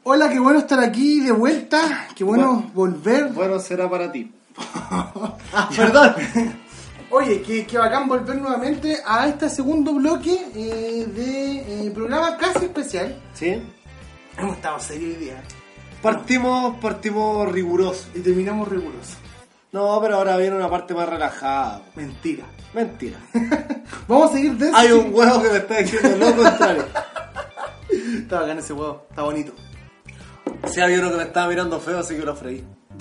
Hola, qué bueno estar aquí de vuelta, qué bueno volver. Bueno, será para ti. Perdón. Oye, qué bacán volver nuevamente a este segundo bloque de programa casi especial. ¿Sí? Hemos estado serios hoy día. Partimos rigurosos. Y terminamos rigurosos. No, pero ahora viene una parte más relajada. Mentira. Vamos a seguir de eso. Hay un huevo que me está diciendo lo contrario. Está bacán ese huevo, está bonito. Sí, había uno que me estaba mirando feo, así que lo freí.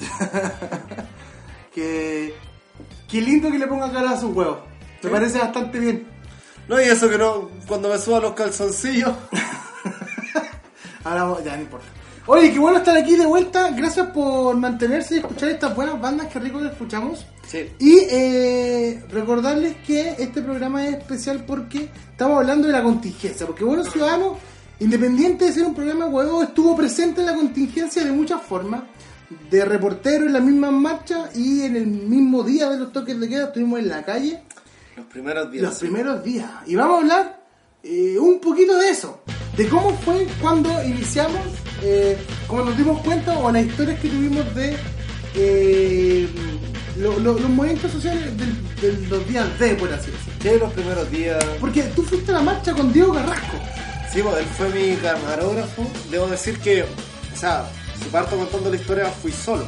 Qué lindo que le ponga cara a sus huevos. Me parece bastante bien. No, y eso que no, cuando me suban los calzoncillos. Ahora ya no importa. Oye, qué bueno estar aquí de vuelta. Gracias por mantenerse y escuchar estas buenas bandas que rico que escuchamos. Sí. Y recordarles que este programa es especial porque estamos hablando de la contingencia. Porque Buenos Ciudadanos, independiente de ser un programa huevo, estuvo presente en la contingencia de muchas formas. De reportero en la misma marcha y en el mismo día de los toques de queda estuvimos en la calle. Los primeros días. Y vamos a hablar un poquito de eso. De cómo fue cuando iniciamos, cómo nos dimos cuenta o las historias que tuvimos de los movimientos sociales de los días de, por así decirlo. Sí, los primeros días. Porque tú fuiste a la marcha con Diego Carrasco. Sí, pues él fue mi camarógrafo. Debo decir que, o sea, si parto contando la historia, fui solo.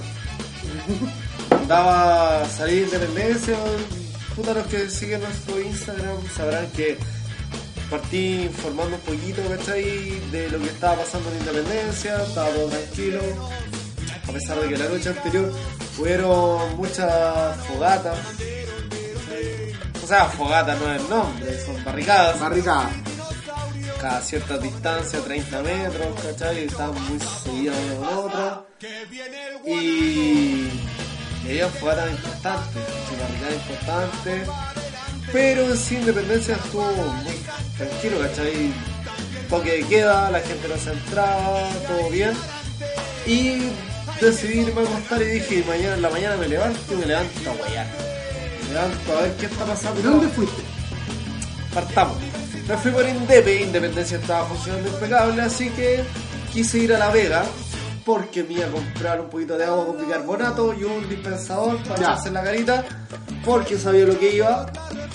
Andaba a salir de Independencia. Puta, los que siguen nuestro Instagram sabrán que partí informando un poquito, ¿cachai? De lo que estaba pasando en Independencia. Estaba todo tranquilo. A pesar de que la noche anterior fueron muchas fogatas. O sea, fogatas no es el nombre, son barricadas. Cada cierta distancia, 30 metros, ¿cachai? Estaban muy seguidas una con otra. Y había fogatas importantes, barricadas importantes. Pero en sí Independencia estuvo muy tranquilo, ¿cachai? Toque de queda, la gente no se entraba, todo bien. Y decidí irme a acostar y dije, mañana en la mañana me levanto a guayar. Me levanto a ver qué está pasando. ¿De dónde fuiste? Partamos. Me fui por Independencia estaba funcionando impecable, así que quise ir a La Vega porque me iba a comprar un poquito de agua con bicarbonato y un dispensador para hacer la carita, porque sabía lo que iba.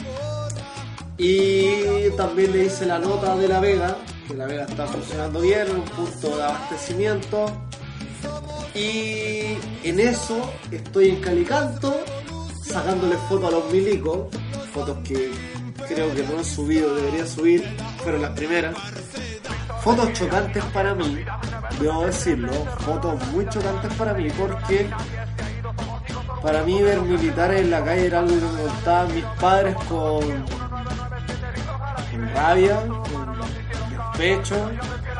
Y también le hice la nota de La Vega, que La Vega está funcionando bien, en un punto de abastecimiento. Y en eso estoy en Calicanto sacándole fotos a los milicos, fotos que creo que no he subido, debería subir, pero las primeras. Fotos chocantes para mí, debo decirlo, fotos muy chocantes para mí, porque para mí ver militares en la calle era algo que me contaban mis padres con rabia, con despecho,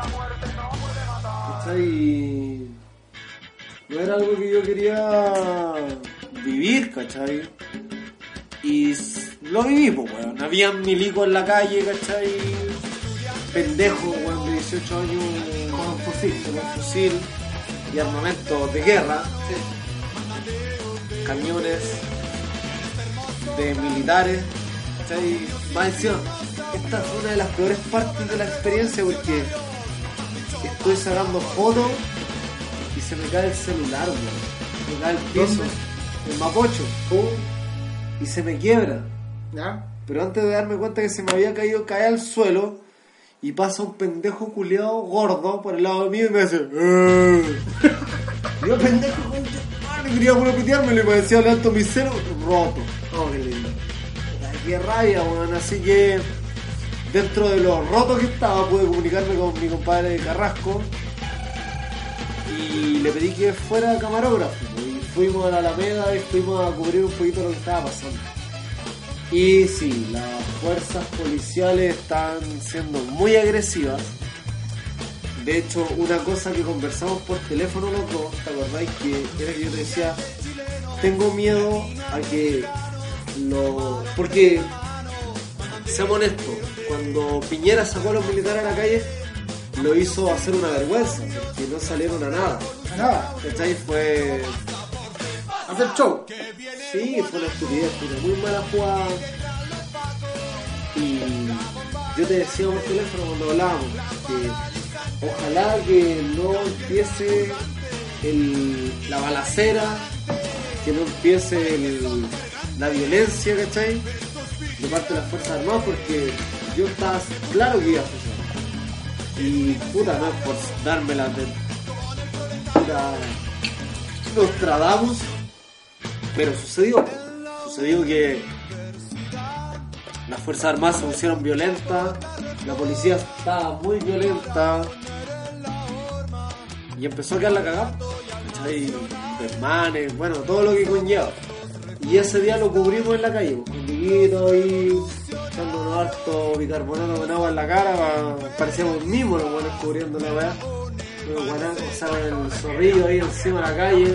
¿cachai? No era algo que yo quería vivir, ¿cachai? Y lo viví, pues, weón. Habían milicos en la calle, ¿cachai? Pendejos, weón, de 18 años con un fusil y armamento de guerra. Sí. Camiones de militares, ¿cachai? Más encima, esta fue una de las peores partes de la experiencia porque estoy sacando fotos y se me cae el celular, weón. Me cae el piso, el Mapocho, y se me quiebra. ¿Ya? Pero antes de darme cuenta que se me había caído, cae al suelo y pasa un pendejo culiado gordo por el lado mío y me dice yo pendejo, quería puro piteármelo y me decía levanto mi cero roto. Oh, qué lindo. Qué rabia, weón. Así que dentro de lo roto que estaba pude comunicarme con mi compadre Carrasco y le pedí que fuera camarógrafo. Fuimos a la Alameda y fuimos a cubrir un poquito lo que estaba pasando. Y sí, las fuerzas policiales están siendo muy agresivas. De hecho, una cosa que conversamos por teléfono los dos, ¿te acordáis? Que era que yo te decía, tengo miedo a que porque, seamos honestos, cuando Piñera sacó a los militares a la calle, lo hizo hacer una vergüenza, porque no salieron a nada. ¿Cachai? Fue hacer show. Sí, fue una estupidez, fue una muy mala jugada. Y yo te decía por teléfono cuando hablábamos que ojalá que no empiece la balacera, que no empiece la violencia, ¿cachai? De parte de las Fuerzas Armadas, porque yo estaba claro que iba a suceder. Y puta, no es por dármela de puta Nostradamus, pero sucedió que las Fuerzas Armadas se pusieron violentas, la policía estaba muy violenta y empezó a quedar la cagada, ¿cachai? Desmanes, bueno, todo lo que conlleva. Y ese día lo cubrimos en la calle, con Diguito ahí, echándonos harto bicarbonato con agua en la cara, parecíamos mismos los buenos cubriendo la weá. El guanaco, o sea, el zorrillo ahí encima de la calle.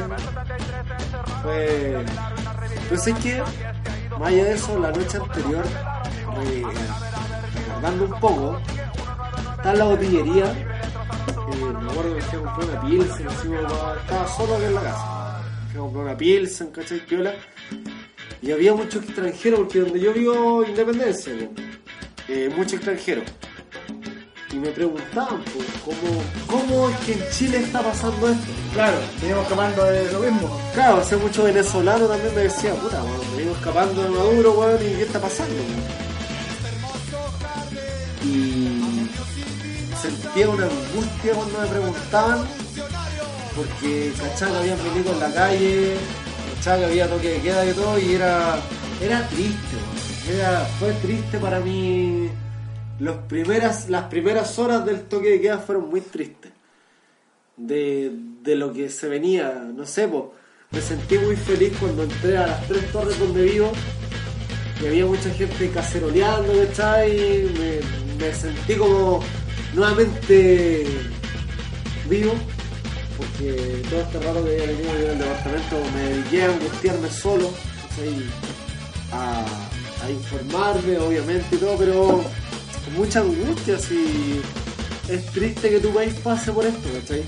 Pues es que, más allá de eso, la noche anterior, recordando un poco, está en la botillería, me acuerdo que fui a comprar una Pilsen, estaba solo acá en la casa. Fui a comprar una Pilsen, ¿cachai? Piola. Y había muchos extranjeros, porque donde yo vivo Independencia, muchos extranjeros. Y me preguntaban, pues, ¿cómo es que en Chile está pasando esto? Claro, venimos escapando de lo mismo. Claro, hace muchos venezolanos también me decían, puta, weón, venimos escapando de Maduro, weón, ¿y qué está pasando, weón? Y sentía una angustia cuando me preguntaban, porque cachai que habían venido en la calle, cachai que había toque de queda y todo, y era triste, weón. Fue triste para mí. Las primeras horas del toque de queda fueron muy tristes de lo que se venía, no sé, pues me sentí muy feliz cuando entré a las 3 torres donde vivo y había mucha gente caceroleando, ¿cachai? Me sentí como nuevamente vivo, porque todo este rato que había venido en el departamento me dediqué a angustiarme solo, ¿cachai? A informarme obviamente y todo, pero con mucha angustia, así es triste que tu país pase por esto, ¿cachai?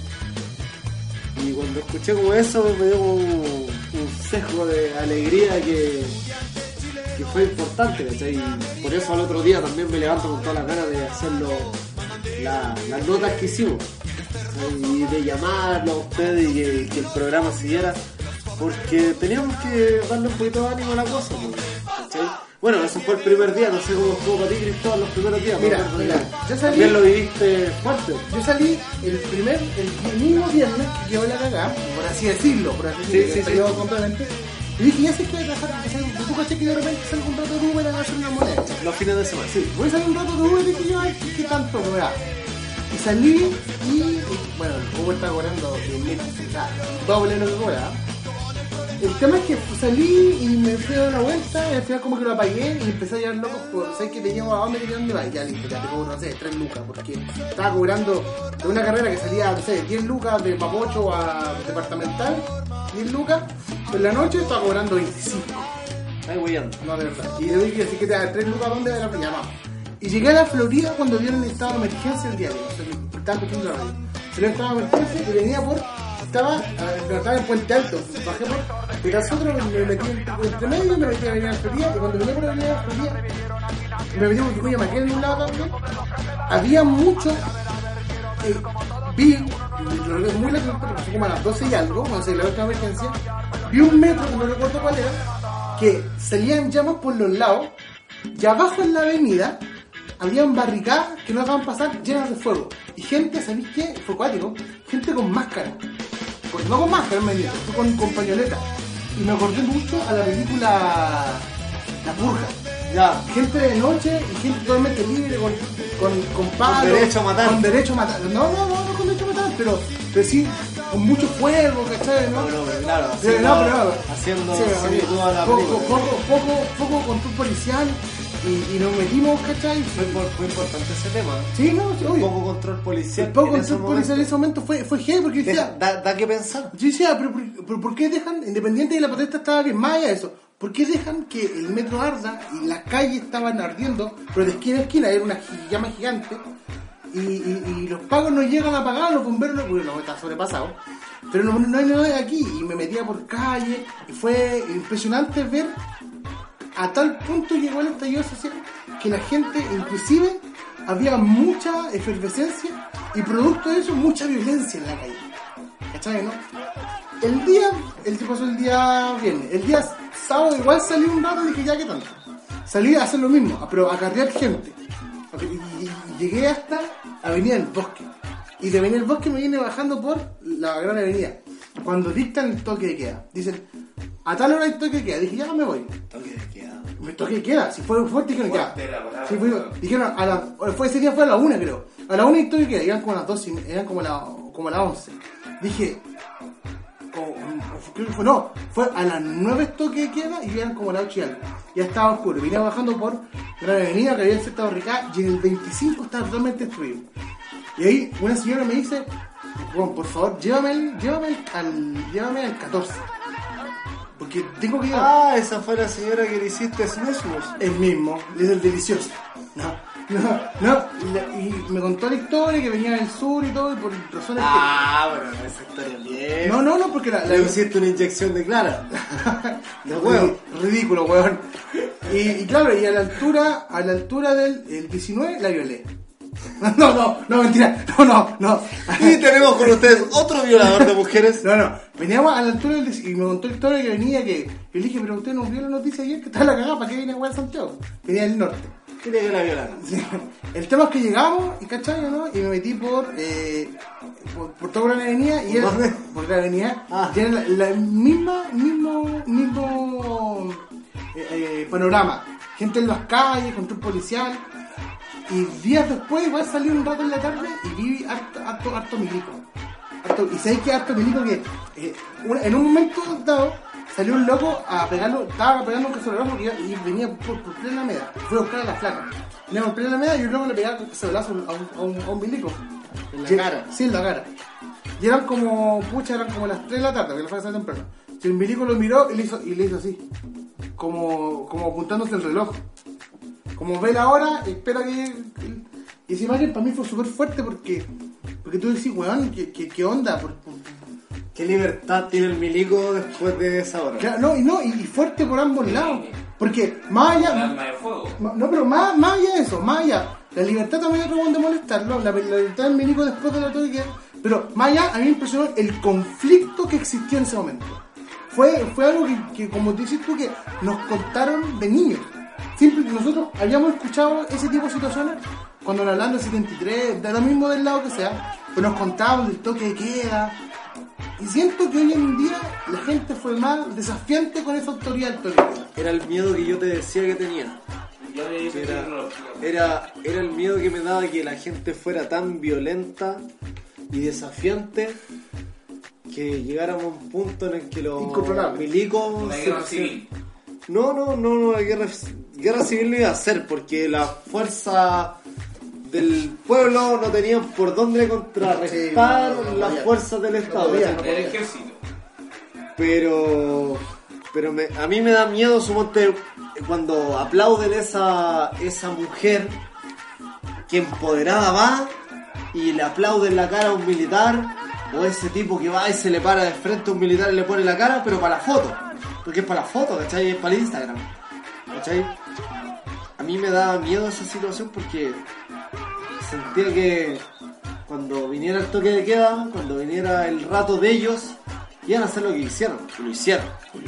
Y cuando escuché como eso me dio un sesgo de alegría que fue importante, ¿cachai? Y por eso al otro día también me levanto con todas las ganas de hacerlo, las notas que hicimos, ¿cachai? Y de llamarlo a ustedes y que el programa siguiera, porque teníamos que darle un poquito de ánimo a la cosa, ¿cachai? Bueno, eso fue el primer día, no sé cómo estuvo para ti, Cristóbal, los primeros días. Mira, yo salí... También lo viviste fuerte. Yo salí el mismo viernes que quedó la cagada, por así decirlo, que salió completamente. Y dije, ya sé que voy a pasar, tú caché que de repente salgo un rato de Uber a hacer una moneda. Los fines de semana. Sí, voy a salir un rato de Uber y dije yo, ay, ¿qué tanto cobrar? Y salí y, bueno, el Uber está cobrando 10.000, doble lo que cobra. El tema es que salí y me fui a dar una vuelta y al final como que lo apagué y empecé a llevar locos por, ¿sabes qué? Te llevo a dónde, dónde vas, ya listo, ya te cobro, no sé, 3 lucas, porque estaba cobrando de una carrera que salía, no sé, 10 lucas de Mapocho a departamental, 10 lucas, en la noche estaba cobrando 25. Ay, güeyando. No, de verdad. Y le dije, así que te da 3 lucas, ¿dónde? De la ya vamos. Y llegué a la Florida cuando dieron el estado de emergencia el diario, o sea, estaba escuchando la radio. Se le estaba de emergencia y venía estaba en Puente Alto, bajé por nosotros, me metí entre medio, me metí a venir a la Florida, y cuando venía por la avenida de la Florida, me metí por Tucuya, me quedé en un lado también, había mucho, vi, lo recuerdo muy lejos, fue como a las 12 y algo, cuando se declaró esta emergencia, vi un metro, que no recuerdo cuál era, que salían llamas por los lados, y abajo en la avenida, habían barricadas que no dejaban pasar llenas de fuego, y gente, ¿sabéis qué? Fue acuático, gente con máscara. Pues no con máscara, fue con pañoleta. Y me acordé mucho a la película La Purga. Ya. Gente de noche y gente totalmente libre, con palos. Con derecho a matar. Con derecho a matar. No con derecho a matar, pero sí, con mucho fuego, ¿cachai? ¿No? Pero claro, haciendo toda la poco control policial. Y nos metimos, ¿cachai? Fue importante ese tema. Sí, no, obvio. Poco control policial. El poco control policial en ese momento fue heavy porque decía... Da que pensar. Yo decía, pero ¿por qué dejan, independiente de la protesta estaba bien, más allá de eso, ¿por qué dejan que el metro arda y las calles estaban ardiendo, pero de esquina a esquina era una llama gigante y los pagos no llegan a pagar, los bomberos, porque no está sobrepasado, pero no hay nada de aquí y me metía por calle y fue impresionante ver. A tal punto llegó el estallido social que la gente, inclusive, había mucha efervescencia Y producto de eso, mucha violencia en la calle. ¿Cachai, no? El que pasó el día viernes. El día sábado igual salí un rato y dije, ya, ¿qué tanto? Salí a hacer lo mismo, pero a carrear gente. Y llegué hasta Avenida del Bosque. Y de Avenida del Bosque me vine bajando por la Gran Avenida. Cuando dictan el toque de queda, dicen, a tal hora hay toque de queda. Dije, ya me voy. Toque de queda. Me toque de queda. Si fue fuerte, dijeron ya. Sí, dijeron, ese día fue a la 1, creo. A la 1 hay toque de queda. Eran como las 12, eran como las 11. Dije, fue a las 9 toque de queda y eran como las 8 y algo. Ya estaba oscuro. Vine bajando por Gran Avenida, que había el sector Ricá, y en el 25 estaba totalmente destruido. Y ahí una señora me dice, bueno, por favor, llévame al 14. Porque tengo que ir. Ah, esa fue la señora que le hiciste snusmus. El mismo, es el delicioso. No. Y me contó la historia que venía del sur y todo, y por razones bueno, esa historia bien. No, porque le hiciste una inyección de clara. Ridículo, weón. Y claro, y a la altura del 19 la violé. No, mentira. No. Y tenemos con ustedes otro violador de mujeres. No. Veníamos a la altura del 19 y me contó la historia que venía que yo le dije, pero usted nos vio la noticia ayer que estaba la cagada, ¿para qué viene a Santiago? Venía del norte. Quería que la violaran. Sí. El tema es que llegamos, y ¿cachai, no? Y me metí por toda la avenida y por la avenida y era la mismo panorama. Gente en las calles, control policial. Y días después igual salí un rato en la tarde y vi harto milico. Y sabéis que harto milico que en un momento dado salió un loco a pegarlo, estaba pegando un cacerolazo y venía por plena Alameda. Fue a buscar a la flaca. Venía por plena Alameda y un loco le pegaba un cacerolazo a un milico. ¿En la cara? Sí, en la cara. Y eran como las 3 de la tarde, porque la flaca salió temprano. Y el milico lo miró y le hizo así, como apuntándose el reloj. Como ve la hora, espera que... Y esa imagen para mí fue súper fuerte porque tú decís, weón, ¿qué onda? ¿Qué libertad tiene el milico después de esa hora? Claro, y fuerte por ambos lados. Porque más allá... pero más allá de eso, más allá... La libertad también es algo de molestarlo, la libertad del milico después de la toque queda. Pero más allá, a mí me impresionó el conflicto que existió en ese momento. Fue algo que como dices tú, que nos contaron de niños. Siempre nosotros habíamos escuchado ese tipo de situaciones cuando nos hablaban del 73, de lo mismo del lado que sea, pero nos contaban del toque de queda. Y siento que hoy en día la gente fue más desafiante con esa autoridad del toque de queda. Era el miedo que yo te decía que tenía. Era el miedo que me daba que la gente fuera tan violenta y desafiante que llegáramos a un punto en el que los milicos... La guerra civil. No, la guerra civil lo iba a hacer porque la fuerza del pueblo no tenían por dónde contrarrestar las fuerzas del Estado. El ejército. Pero a mí me da miedo suponte cuando aplauden esa mujer que empoderada va y le aplauden la cara a un militar, o ese tipo que va y se le para de frente a un militar y le pone la cara, pero para la foto, porque es para la foto, ¿cachai? Es para el Instagram, ¿cachai? A mí me da miedo esa situación porque sentía que cuando viniera el toque de queda, cuando viniera el rato de ellos, iban a hacer lo que hicieron. Y lo hicieron.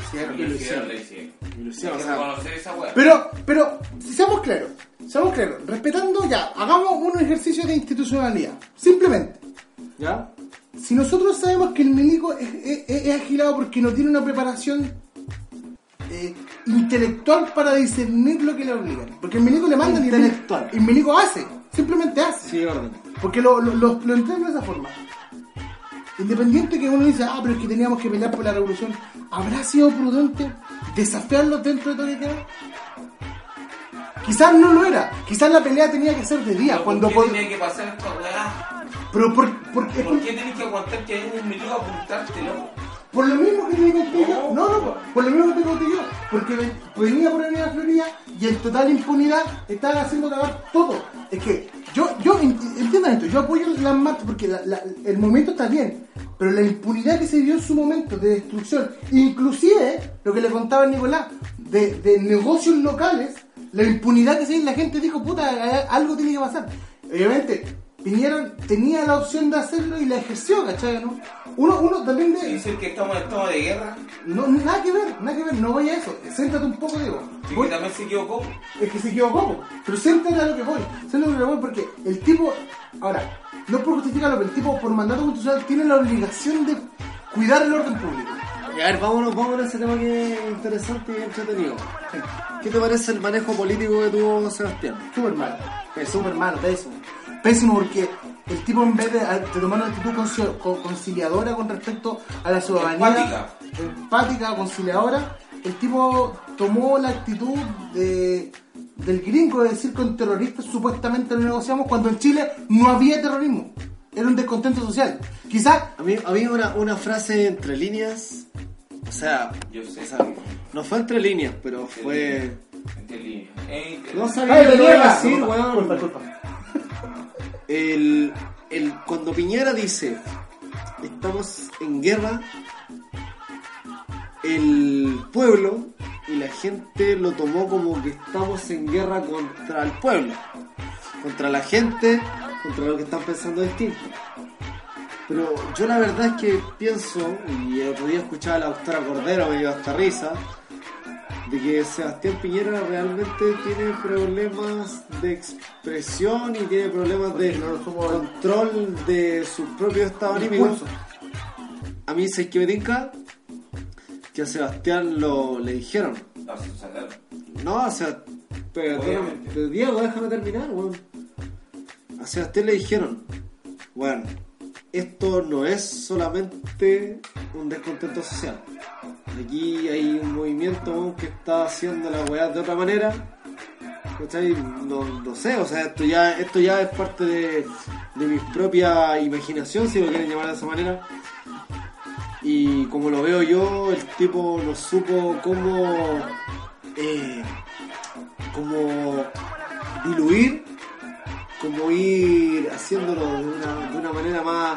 Hay que reconocer esa weá. Pero, seamos claros, respetando ya, hagamos un ejercicio de institucionalidad. Simplemente. ¿Ya? Si nosotros sabemos que el milico es agilado porque no tiene una preparación intelectual para discernir lo que le obligan. Porque el milico le manda intelectual. El milico hace, simplemente hace. Sí, orden. Porque lo entrenan de esa forma. Independiente que uno dice, pero es que teníamos que pelear por la revolución, ¿habrá sido prudente desafiarlos dentro de todo lo que queda? Quizás no lo era, quizás la pelea tenía que ser de día. ¿Por cuando qué tenía que pasar esta weá? Pero ¿Por qué tenés que aguantar que haya un milico a apuntártelo? Por lo mismo que te digo yo. No, por lo mismo que te digo yo. Porque venía por Avenida Florida y en total impunidad estaban haciendo cagar todo. Es que yo entiendan esto, yo apoyo las marchas porque el movimiento está bien, pero la impunidad que se dio en su momento de destrucción, inclusive lo que le contaba Nicolás, de negocios locales, la impunidad que se dio, la gente dijo, puta, algo tiene que pasar. Obviamente, Piñera tenía la opción de hacerlo y la ejerció, ¿cachai? ¿No? Uno también ¿Y decir que estamos en estado de guerra? No, nada que ver, no voy a eso. Céntrate un poco, digo. ¿Y Voy- que también se equivocó? Es que se equivocó, po. Pero céntrate a lo que voy. Céntrate a lo que voy porque el tipo, ahora, no es por justificarlo, pero el tipo por mandato constitucional tiene la obligación de cuidar el orden público. Y a ver, vámonos a ese tema que es interesante y entretenido. ¿Qué te parece el manejo político que tuvo Sebastián? Súper malo, pésimo. Pésimo porque el tipo en vez de tomar una actitud conciliadora con respecto a la ciudadanía, empática, conciliadora, el tipo tomó la actitud del gringo de decir con terroristas supuestamente lo negociamos cuando en Chile no había terrorismo. Era un descontento social. Quizás A mí había una frase entre líneas, o sea, Yo sé. no fue entre líneas, pero fue... Entre líneas. No sabía lo que iba a decir, weón. Culpa. Cuando Piñera dice estamos en guerra, el pueblo y la gente lo tomó como que estamos en guerra contra el pueblo, contra la gente, contra lo que están pensando distinto. Pero yo la verdad es que pienso, y el otro día escuchaba a la doctora Cordero, me dio hasta risa, de que Sebastián Piñera realmente tiene problemas de expresión y tiene problemas de control de su propio estado anímico. A mí se que me tinca que a Sebastián le dijeron. No, o sea, pero Diego, déjame terminar, weón. A Sebastián le dijeron, bueno, esto no es solamente un descontento social. Aquí hay un movimiento que está haciendo la weá de otra manera. ¿Cachai? No sé, o sea, esto ya es parte de mi propia imaginación, si lo quieren llamar de esa manera. Y como lo veo yo, el tipo no supo cómo diluir, cómo ir haciéndolo de una manera más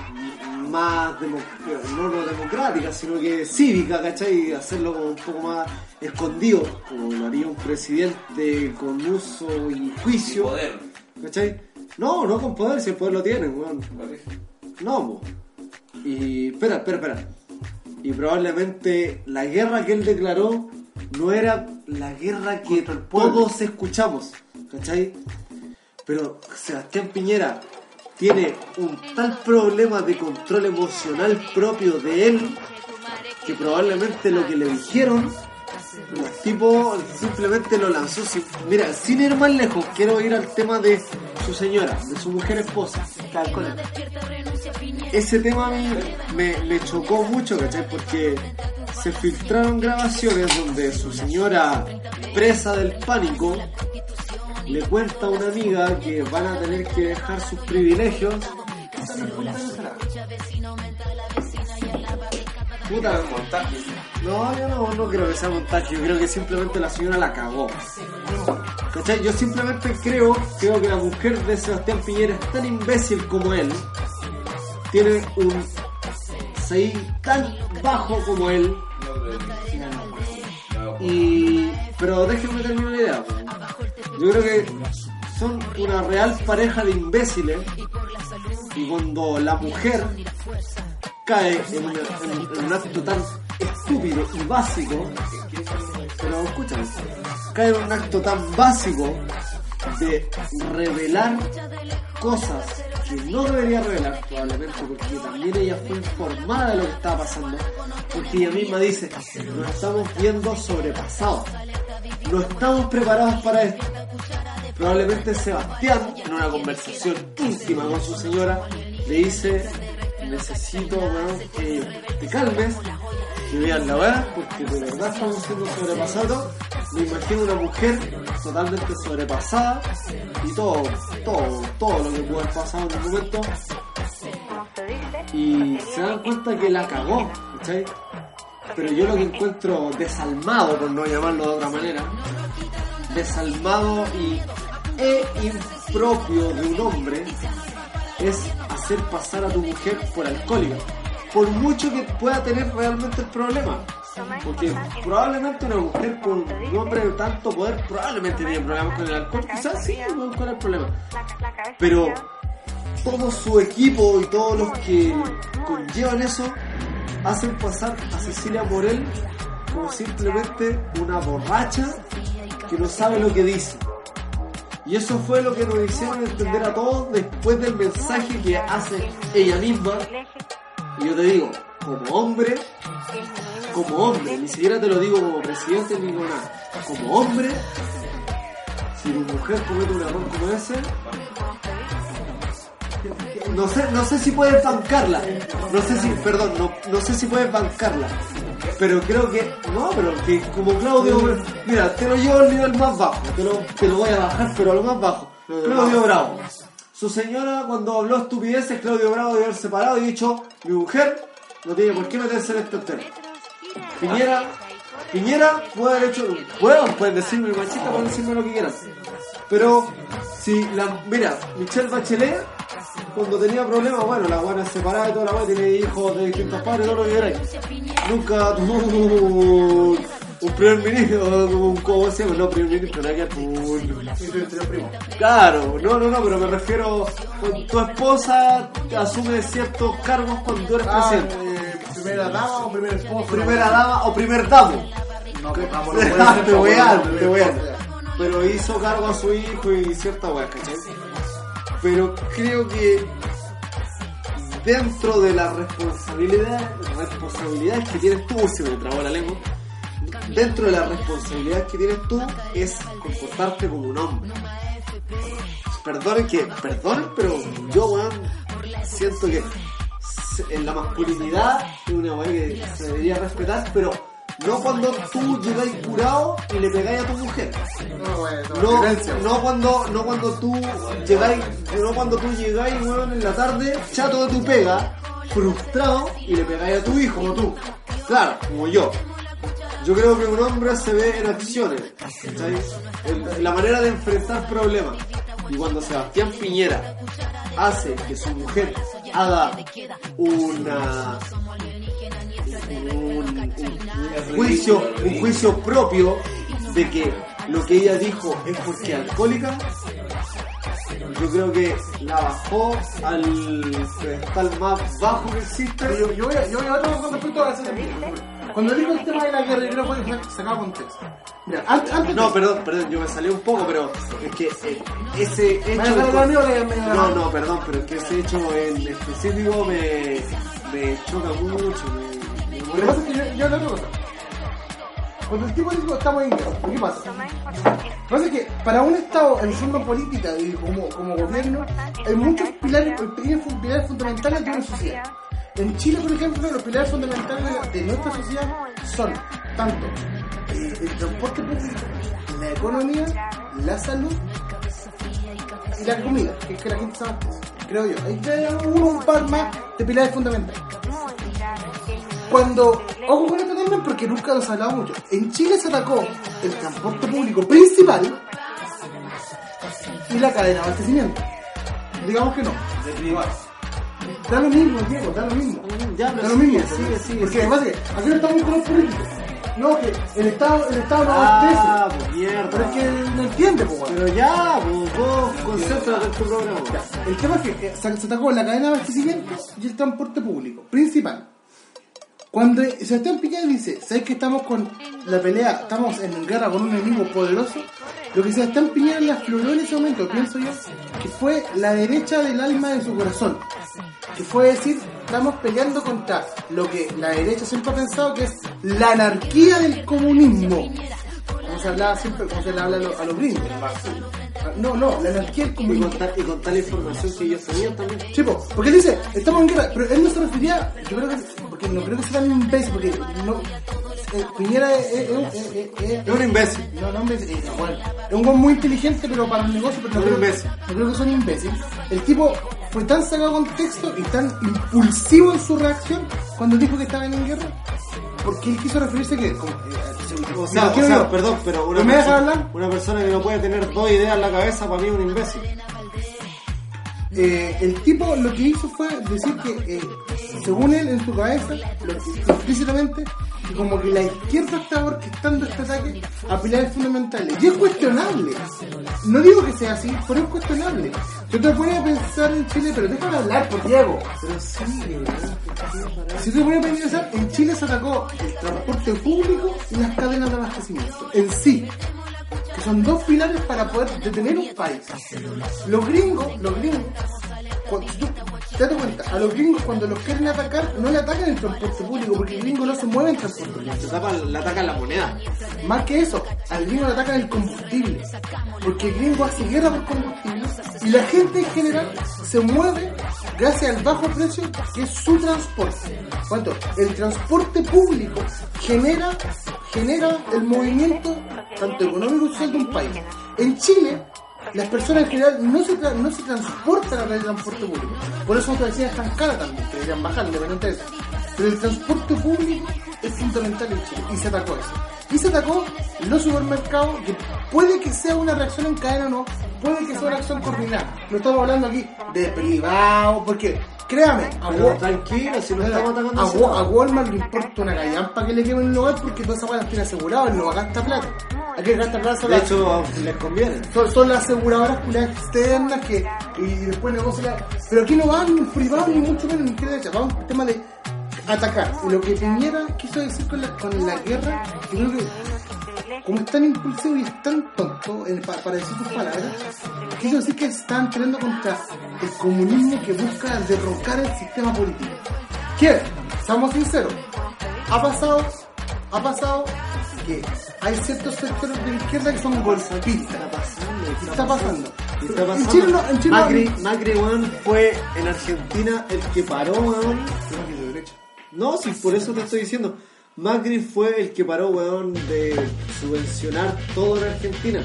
no democrática, sino que cívica, ¿cachai? Hacerlo como un poco más escondido, como lo haría un presidente con uso y juicio. Poder. ¿Cachai? No con poder, si el poder lo tienen, weón. No, po. Y espera. Y probablemente la guerra que él declaró no era la guerra que todos escuchamos, ¿cachai? Pero Sebastián Piñera tiene un tal problema de control emocional propio de él que probablemente lo que le dijeron, el tipo simplemente lo lanzó sin ir más lejos. Quiero ir al tema de su señora, de su mujer esposa. Ese tema a mí me chocó mucho, ¿cachai? Porque se filtraron grabaciones donde su señora, presa del pánico, le cuenta a una amiga que van a tener que dejar sus privilegios. Puta, Montaje. no, yo no creo que sea montaje, yo creo que simplemente la señora la cagó. ¿Cachai? Yo simplemente creo que la mujer de Sebastián Piñera es tan imbécil como él, tiene un CI tan bajo como él, pero déjenme terminar la idea. Yo creo que son una real pareja de imbéciles y cuando la mujer cae en un acto tan estúpido y básico, pero escúchame, cae en un acto tan básico de revelar cosas que no debería revelar, probablemente porque también ella fue informada de lo que estaba pasando, porque ella misma dice, nos estamos viendo sobrepasados, no estamos preparados para esto. Probablemente Sebastián, en una conversación íntima con su señora, le dice, necesito, weón, que te calmes, que vean la verdad, porque de verdad estamos siendo sobrepasados. Me imagino una mujer totalmente sobrepasada y todo lo que pudo haber pasado en un momento, y se dan cuenta que la cagó, ¿cachai? Pero yo lo que encuentro desalmado, por no llamarlo de otra manera, desalmado e impropio de un hombre, es hacer pasar a tu mujer por alcohólica, por mucho que pueda tener realmente el problema, porque probablemente una mujer con un hombre de tanto poder probablemente tiene problemas con el alcohol, quizás sí, no con el problema, pero todo su equipo y todos los que conllevan eso hacen pasar a Cecilia Morel como simplemente una borracha que no sabe lo que dice. Y eso fue lo que nos hicieron entender a todos después del mensaje que hace ella misma. Y yo te digo, como hombre, ni siquiera te lo digo como presidente ni como nada, como hombre, si mi mujer comete un error como ese, no sé si puedes bancarla, no sé si puedes bancarla, pero creo que, pero que como Claudio, mira, te lo llevo al nivel más bajo, te lo voy a bajar, pero a lo más bajo. Claudio Bravo, su señora cuando habló estupideces, Claudio Bravo debe haber separado y dicho, mi mujer no tiene por qué meterse en este tema. Piñera puede haber hecho, pueden decirme machista, pueden decirme lo que quieran, pero si mira, Michelle Bachelet cuando tenía problemas, bueno, la buena es separada y toda la buena tiene hijos de distintos padres, todo lo que queráis. Nunca tuvo un primer ministro, ¿cómo se llama? No, primer ministro, no hay que claro, no, pero me refiero, cuando tu esposa asume ciertos cargos cuando tú eres presidente. ¿Primera dama o primer esposo? Primera dama o primer damo. No, te voy a. Pero hizo cargo a su hijo y cierta weá, ¿cachai? Pero creo que dentro de las responsabilidades que tienes tú, se me trabó la lengua, dentro de las responsabilidades que tienes tú es comportarte como un hombre. Perdonen, pero yo, weón, siento que en la masculinidad es una weá que se debería respetar, pero no cuando tú llegáis curado y le pegáis a tu mujer. No cuando tú llegáis, weón, en la tarde, chato de tu pega, frustrado, y le pegáis a tu hijo, como tú. Claro, como yo. Yo creo que un hombre se ve en acciones, ¿sabes? En la manera de enfrentar problemas. Y cuando Sebastián Piñera hace que su mujer haga un juicio propio de que lo que ella dijo es porque es alcohólica, yo creo que la bajó al pedestal más bajo que existe. Yo voy a otro con respecto a ese tema. Cuando digo el tema de la guerra, yo creo que fue sacado contexto. Mira, antes no, perdón, yo me salí un poco, pero es que ese hecho... Perdón, pero es que ese hecho en específico me choca mucho. Lo que pasa es que yo la otra cosa. Cuando el tipo dijo estamos en guerra, ¿qué pasa? Lo que pasa es que para un Estado en forma política y como gobierno hay muchos pilares fundamentales de una sociedad. En Chile, por ejemplo, los pilares fundamentales de nuestra sociedad son tanto el transporte público, la economía, la salud y la comida, que es que la gente sabe, creo yo. Hay un par más de pilares fundamentales. Cuando, ojo con esto también porque nunca nos ha hablado mucho, en Chile se atacó el transporte público principal y la cadena de abastecimiento. Digamos que no. Da lo mismo, Diego, da lo mismo. Ya, da lo mismo. Sigue. Porque además que aquí no estamos con los políticos. No, que el Estado no abastece. Pues mierda. Pero es que no entiende, pues. Pero ya, pues vos concéntrate en tu programa. El tema es que se atacó la cadena de abastecimiento y el transporte público principal. Cuando Sebastián Piñera dice, ¿sabes que estamos con la pelea, estamos en guerra con un enemigo poderoso? Lo que Sebastián Piñera le afloró en ese momento, pienso yo, que fue la derecha del alma de su corazón. Que fue decir, estamos peleando contra lo que la derecha siempre ha pensado que es la anarquía del comunismo. Como se hablaba siempre, como se le habla a los gringos. No, la anarquía del comunismo. Y con tal información que ellos sabían también. Sí, porque él dice, estamos en guerra, pero él no se refería, yo creo que, porque no creo que sea tan imbécil, porque no, Piñera es un imbécil. No imbécil, es un güey muy inteligente, pero para los negocios, pero no creo que son imbéciles. El tipo fue tan sacado de contexto y tan impulsivo en su reacción cuando dijo que estaban en guerra, porque él quiso referirse que o sea, perdón, pero una persona que no puede tener dos ideas en la cabeza para mí es un imbécil. El tipo lo que hizo fue decir que según él en su cabeza implícitamente que como que la izquierda está orquestando este ataque a pilares fundamentales y es cuestionable, no digo que sea así, pero es cuestionable. Tú te pones a pensar en Chile, pero déjame hablar, por Diego. Pero sí, Si tú te pones a pensar, en Chile se atacó el transporte público y las cadenas de abastecimiento. En sí. Que son dos pilares para poder detener un país. Los gringos, cuando tú te das cuenta, a los gringos cuando los quieren atacar, no le atacan el transporte público, porque el gringo no se mueve en transporte público. le atacan la moneda. Más que eso, al gringo le atacan el combustible, porque el gringo hace guerra por combustible y la gente en general se mueve gracias al bajo precio que es su transporte. ¿Cuánto? El transporte público genera el movimiento tanto económico y social de un país. En Chile, las personas en general no se transportan a través del transporte público. Por eso otra decía es tan cara también, que deberían bajar independientemente de eso. Pero el transporte público es fundamental en Chile y se atacó eso. Y se atacó los supermercados, que puede que sea una reacción en cadena o no, puede que sea una acción coordinada. No estamos hablando aquí de privado, porque créame, Tranquilo, si no estamos atacando a Walmart le importa una callampa que le quemen el lugar porque todas esas cosas tienen asegurado, él no gasta plata. Aquí gasta plata de hecho, les conviene. Son las aseguradoras externas que y después negocian. Pero aquí no van ni privado ni mucho menos ni derecha, va un tema de atacar. Y lo que Piñera quiso decir con la guerra, yo creo que como es tan impulsivo y es tan tonto para decir sus palabras, quiso decir que se están peleando contra el comunismo que busca derrocar el sistema político. ¿Qué? Seamos sinceros, ha pasado que hay ciertos sectores de la izquierda que son golpistas. Está pasando. En Chile Macri, weón, fue en Argentina el que paró, weón. No, si por eso te estoy diciendo. Macri fue el que paró, weón, de subvencionar todo en Argentina.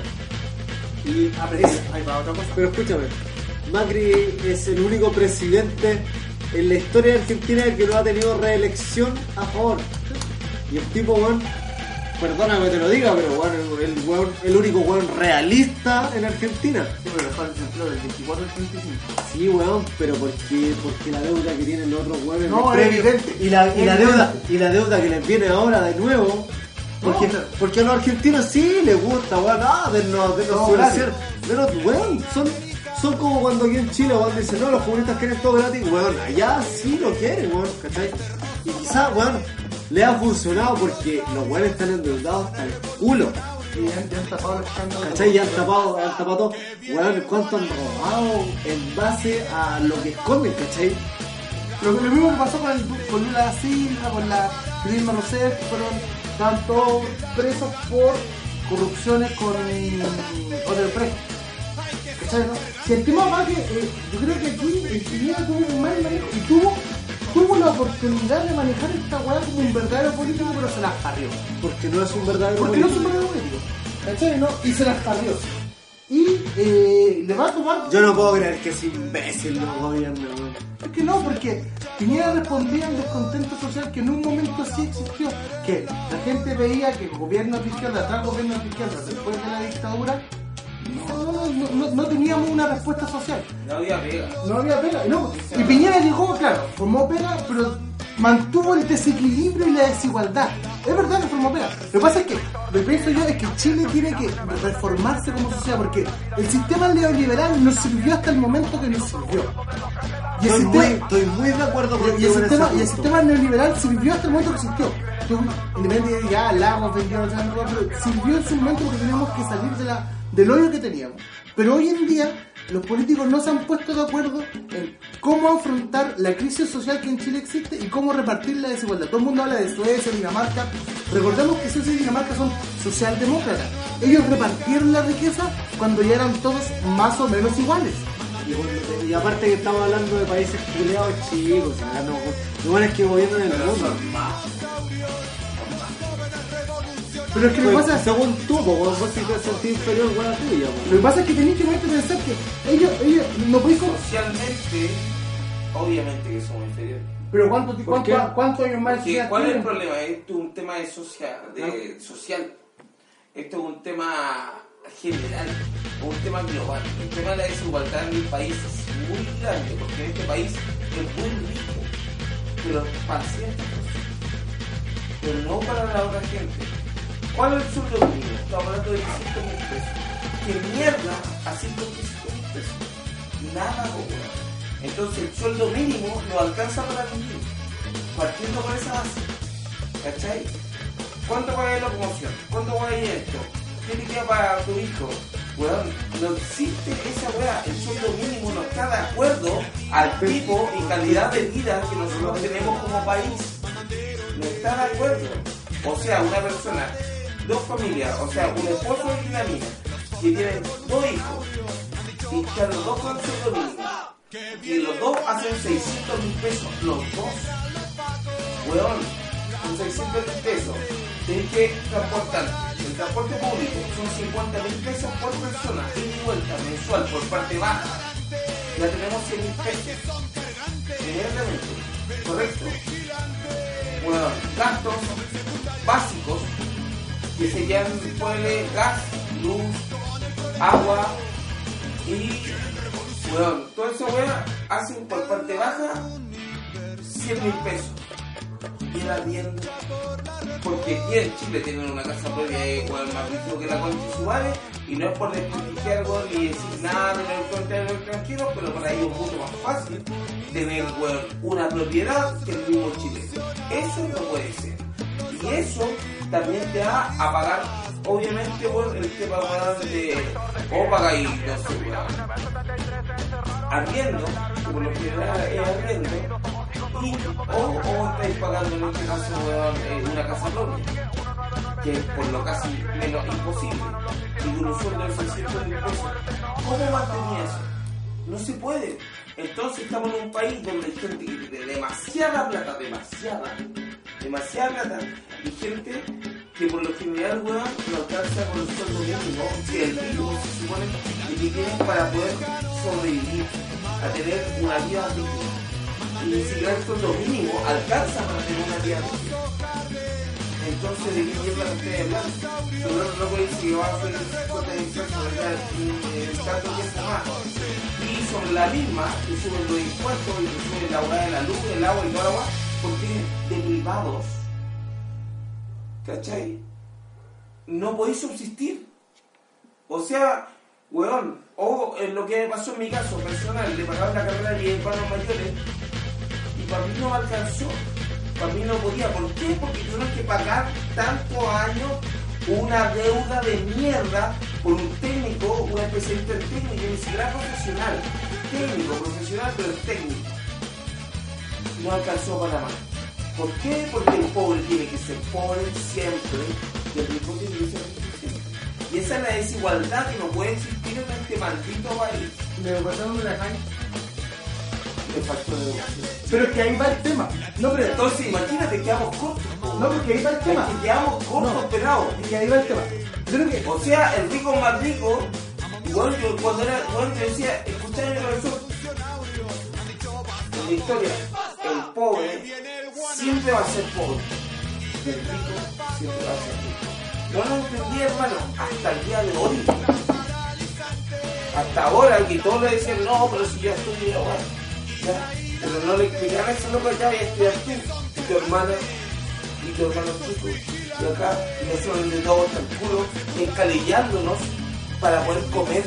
Y pero escúchame, Macri es el único presidente en la historia de Argentina que no ha tenido reelección a favor. Y el tipo, weón, perdóname que te lo diga, pero weón, el único weón realista en Argentina. Sí, pero fue el desempleo del 24 al 35. Sí, weón, pero porque la deuda que tienen los otros weones no, es evidente. y la deuda que les viene ahora de nuevo. Porque a los argentinos sí les gusta, weón, denos subvención. Weón, son como cuando aquí en Chile, weón, dicen, no, los comunistas quieren todo gratis, weón, allá sí lo quieren, weón, ¿cachai? Y quizás, weón, le ha funcionado porque los weones están endeudados hasta el culo. Y ya han tapado los escándalos. ¿Cachai? Ya han tapado todo. Weón, ¿cuánto han robado en base a lo que esconden, cachai? Lo mismo que pasó con Lula da Silva, con la Dilma Rousseff, estaban todos presos por corrupciones con Odebrecht. ¿Cachai? ¿No? Si el tema va que yo creo que aquí el Piñera tuvo un mal manejo y tuvo la oportunidad de manejar esta weá como un verdadero político, pero se las carrió. Porque no es un verdadero político. político. No es un verdadero político. ¿Cachai? ¿No? Y se las carrió. Y le va a tomar. Yo no puedo creer que es imbécil los gobiernos, weón. Es que no, porque Piñera respondía al descontento social que en un momento sí existió. Que la gente veía que gobiernos de izquierda tras gobiernos de izquierda después de la dictadura no teníamos una respuesta social. No había pega. No. Y Piñera llegó, claro, formó pega, pero mantuvo el desequilibrio y la desigualdad. Es verdad que formó pega. Lo que pasa es que, lo que pienso yo es que Chile tiene que reformarse como sociedad, porque el sistema neoliberal nos sirvió hasta el momento que nos sirvió. Y estoy muy de acuerdo con y el sistema neoliberal sirvió hasta el momento que existió. Independientemente de ya Lagos vendió, pero sirvió en su momento porque teníamos que salir del hoyo que teníamos. Pero hoy en día los políticos no se han puesto de acuerdo en cómo afrontar la crisis social que en Chile existe y cómo repartir la desigualdad. Todo el mundo habla de Suecia, Dinamarca. Recordemos que Suecia y Dinamarca son socialdemócratas. Ellos repartieron la riqueza cuando ya eran todos más o menos iguales. Y aparte que estamos hablando de países culiados chicos, lo bueno es que gobiernan en el mundo. Pero es que lo que pasa es, según tú, vos te sentís inferior a la tuya. Lo que pasa es que tenés que pensar que ellos no pueden... Socialmente, obviamente que somos inferiores. Pero ¿cuántos años más? ¿Cuál es el problema? Esto es un tema social. Esto es un tema general, un tema global. El tema de la desigualdad en el país es muy grande, porque en este país es muy rico, pero para ciertas cosas, pero no para la otra gente. ¿Cuál es el sueldo mínimo? Estamos hablando de 5.000 pesos. ¿Qué mierda a 125.000 pesos? nada, weón. Entonces el sueldo mínimo no alcanza para vivir, partiendo por esa base, ¿cachai? ¿Cuánto paga de locomoción? ¿Cuánto paga de esto? ¿Qué te queda para tu hijo? Weón, no existe esa weá, el sueldo mínimo no está de acuerdo al tipo y calidad de vida que nosotros tenemos como país. No está de acuerdo. O sea, una persona, dos familias, o sea, un esposo y una mina, que tienen dos hijos, y que los dos con sueldo mínimo, y los dos hacen 600.000 pesos, los dos. Weón, con 600.000 pesos, tenés que transportar. El transporte público son 50.000 pesos por persona, ida y vuelta, mensual, por parte baja. Ya tenemos 100.000 pesos. Inmediatamente, correcto. Bueno, gastos básicos, que serían, ponle, gas, luz, agua y, bueno, todo eso, weón, hacen por parte baja 100.000 pesos. Y el arriendo, porque aquí en Chile tienen una casa propia más rico que la concha de su madre, y no es por desprestigiar ni decir nada de los extranjeros, pero para ellos es mucho más fácil tener una propiedad que el mismo Chile. Eso no puede ser. Y eso también te va a pagar, obviamente, el tema de o pagáis, no sé, arriendo, que por lo general es arriendo, y o estáis pagando en este caso una casa propia, que es por lo casi menos imposible, y con un sueldo de 600.000 pesos. ¿Cómo mantenía eso? No se puede. Entonces estamos en un país donde hay gente que tiene demasiada plata, y gente que por lo general, weón, no alcanza con el sueldo mínimo, que el mínimo se supone que tienen para poder sobrevivir, a tener una vida digna. Y ni siquiera el sueldo mínimo alcanza para tener una vida digna. Entonces, ¿de qué mierda ustedes hablan? No puede decir que va a hacer el tanto tiempo más. Y son la misma que suben los impuestos y que suben la hora de la luz, el agua y toda la agua, porque de privados, ¿cachai? No podéis subsistir. O sea, weón, o en lo que pasó en mi caso personal, le pagaban la carrera de hermanos mayores y para mí no me alcanzó. Para mí no podía. ¿Por qué? Porque tuvieron que pagar tantos años una deuda de mierda por un técnico, un especialista en técnico, ni siquiera profesional. Técnico, profesional, pero técnico. No alcanzó para más. ¿Por qué? Porque el pobre tiene que ser pobre siempre y el rico tiene que ser rico siempre. Y esa es la desigualdad que no puede existir en este maldito país. ¿Me pasaron de la calle? Le faltó de educación. Pero es que ahí va el tema. No, pero entonces imagínate, quedamos cortos. No, porque ahí va el tema. Es que quedamos cortos, no, pelados. Y ahí va el tema. Creo que... O sea, el rico más rico, igual yo cuando era, cuando te decía, escuchame el profesor, en la historia, el pobre siempre va a ser pobre. El rico siempre va a ser rico. No lo entendí, hermano, hasta el día de hoy. Hasta ahora, que todos le decían, no, pero si ya estoy ahora. Ya, pero no le explicaban eso, loco, ya voy a estudiar tú, y tu hermano chico, y acá, y nosotros le damos hasta el culo, encalillándonos para poder comer.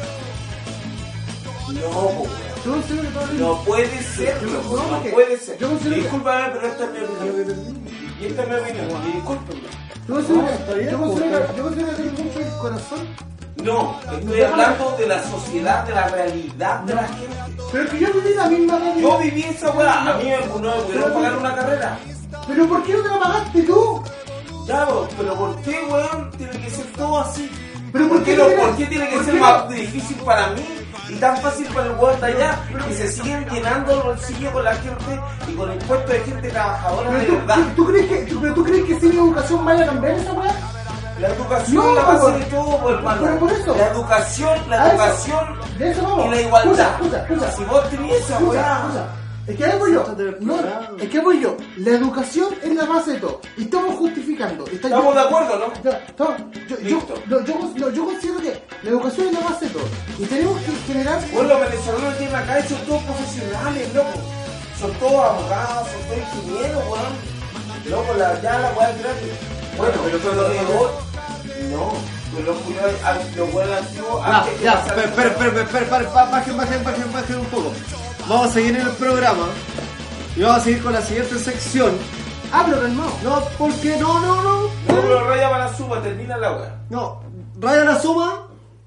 No puede ser, loco, no puede ser. Discúlpame, pero esta es mi opinión. Y esta es mi opinión, y discúlpame. Yo considero que tengo el corazón. No, estoy hablando de la sociedad, de la realidad de la gente. Pero que yo viví la misma realidad. Yo viví esa weá, a mí no me pudieron pagar una carrera. ¿Pero por qué no te la pagaste tú? Ya, pero ¿por qué, weón, tiene que ser todo así? ¿Pero ¿Por qué tiene que ser más difícil para mí y tan fácil para el weón de allá? Y se siguen llenando el bolsillo con la gente y con impuestos de gente trabajadora de verdad. ¿Tú crees que sin educación vaya a cambiar esa weá? La educación es la base de todo, hermano. Pero por eso. La educación de eso vamos. y la igualdad. Escucha. Si vos tenías esa weá. Es que ahí voy yo. No, es que voy yo. La educación es la base de todo. Y estamos justificando. Estamos de acuerdo, ¿no? Yo considero que la educación es la base de todo. Y tenemos que generar... Bueno, los venezolanos tienen acá son todos profesionales, loco. Son todos abogados, son todos ingenieros, weón. Loco, ya la weá es gratis. Bueno, pero no. Pues los buenos antiguos Ya, antes que ya, pasaran- bajen un poco. Vamos a seguir en el programa y vamos a seguir con la siguiente sección. Pero calmado. No, porque no. No, pero raya para la suma, termina la hora. No, Raya la suma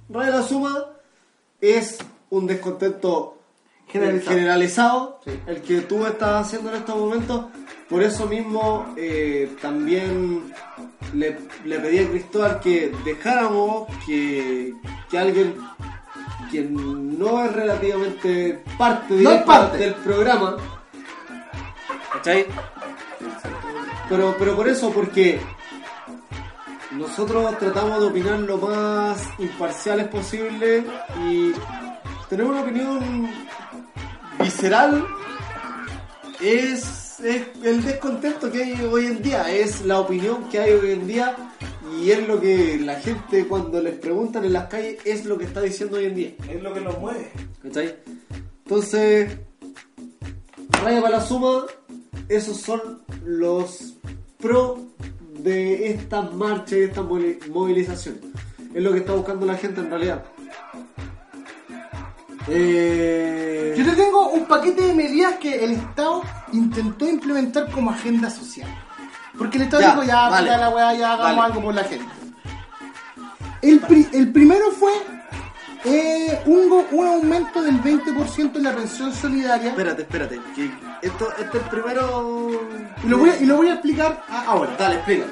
es un descontento generalizado, Sí. el que tú estás haciendo en estos momentos. Por eso mismo también le pedí a Cristóbal que dejáramos que alguien que no es relativamente parte No es directa parte. del programa, ¿cachai? Pero por eso, porque nosotros tratamos de opinar lo más imparciales posible y tenemos una opinión visceral. Es el descontento que hay hoy en día, es la opinión que hay hoy en día y es lo que la gente cuando les preguntan en las calles es lo que está diciendo hoy en día. Es lo que nos mueve. ¿Cachai? Entonces, raya para la suma, esos son los pros de estas marchas y estas movilizaciones. Es lo que está buscando la gente en realidad. Yo te tengo un paquete de medidas que el Estado intentó implementar como agenda social. Porque el Estado Ya, dijo, ya, vale. puta la weá, ya hagamos Vale. algo por la gente. El primero fue un aumento del 20% en la pensión solidaria. Espérate, que esto es el primero. Y lo voy a explicar ahora. Dale, explica.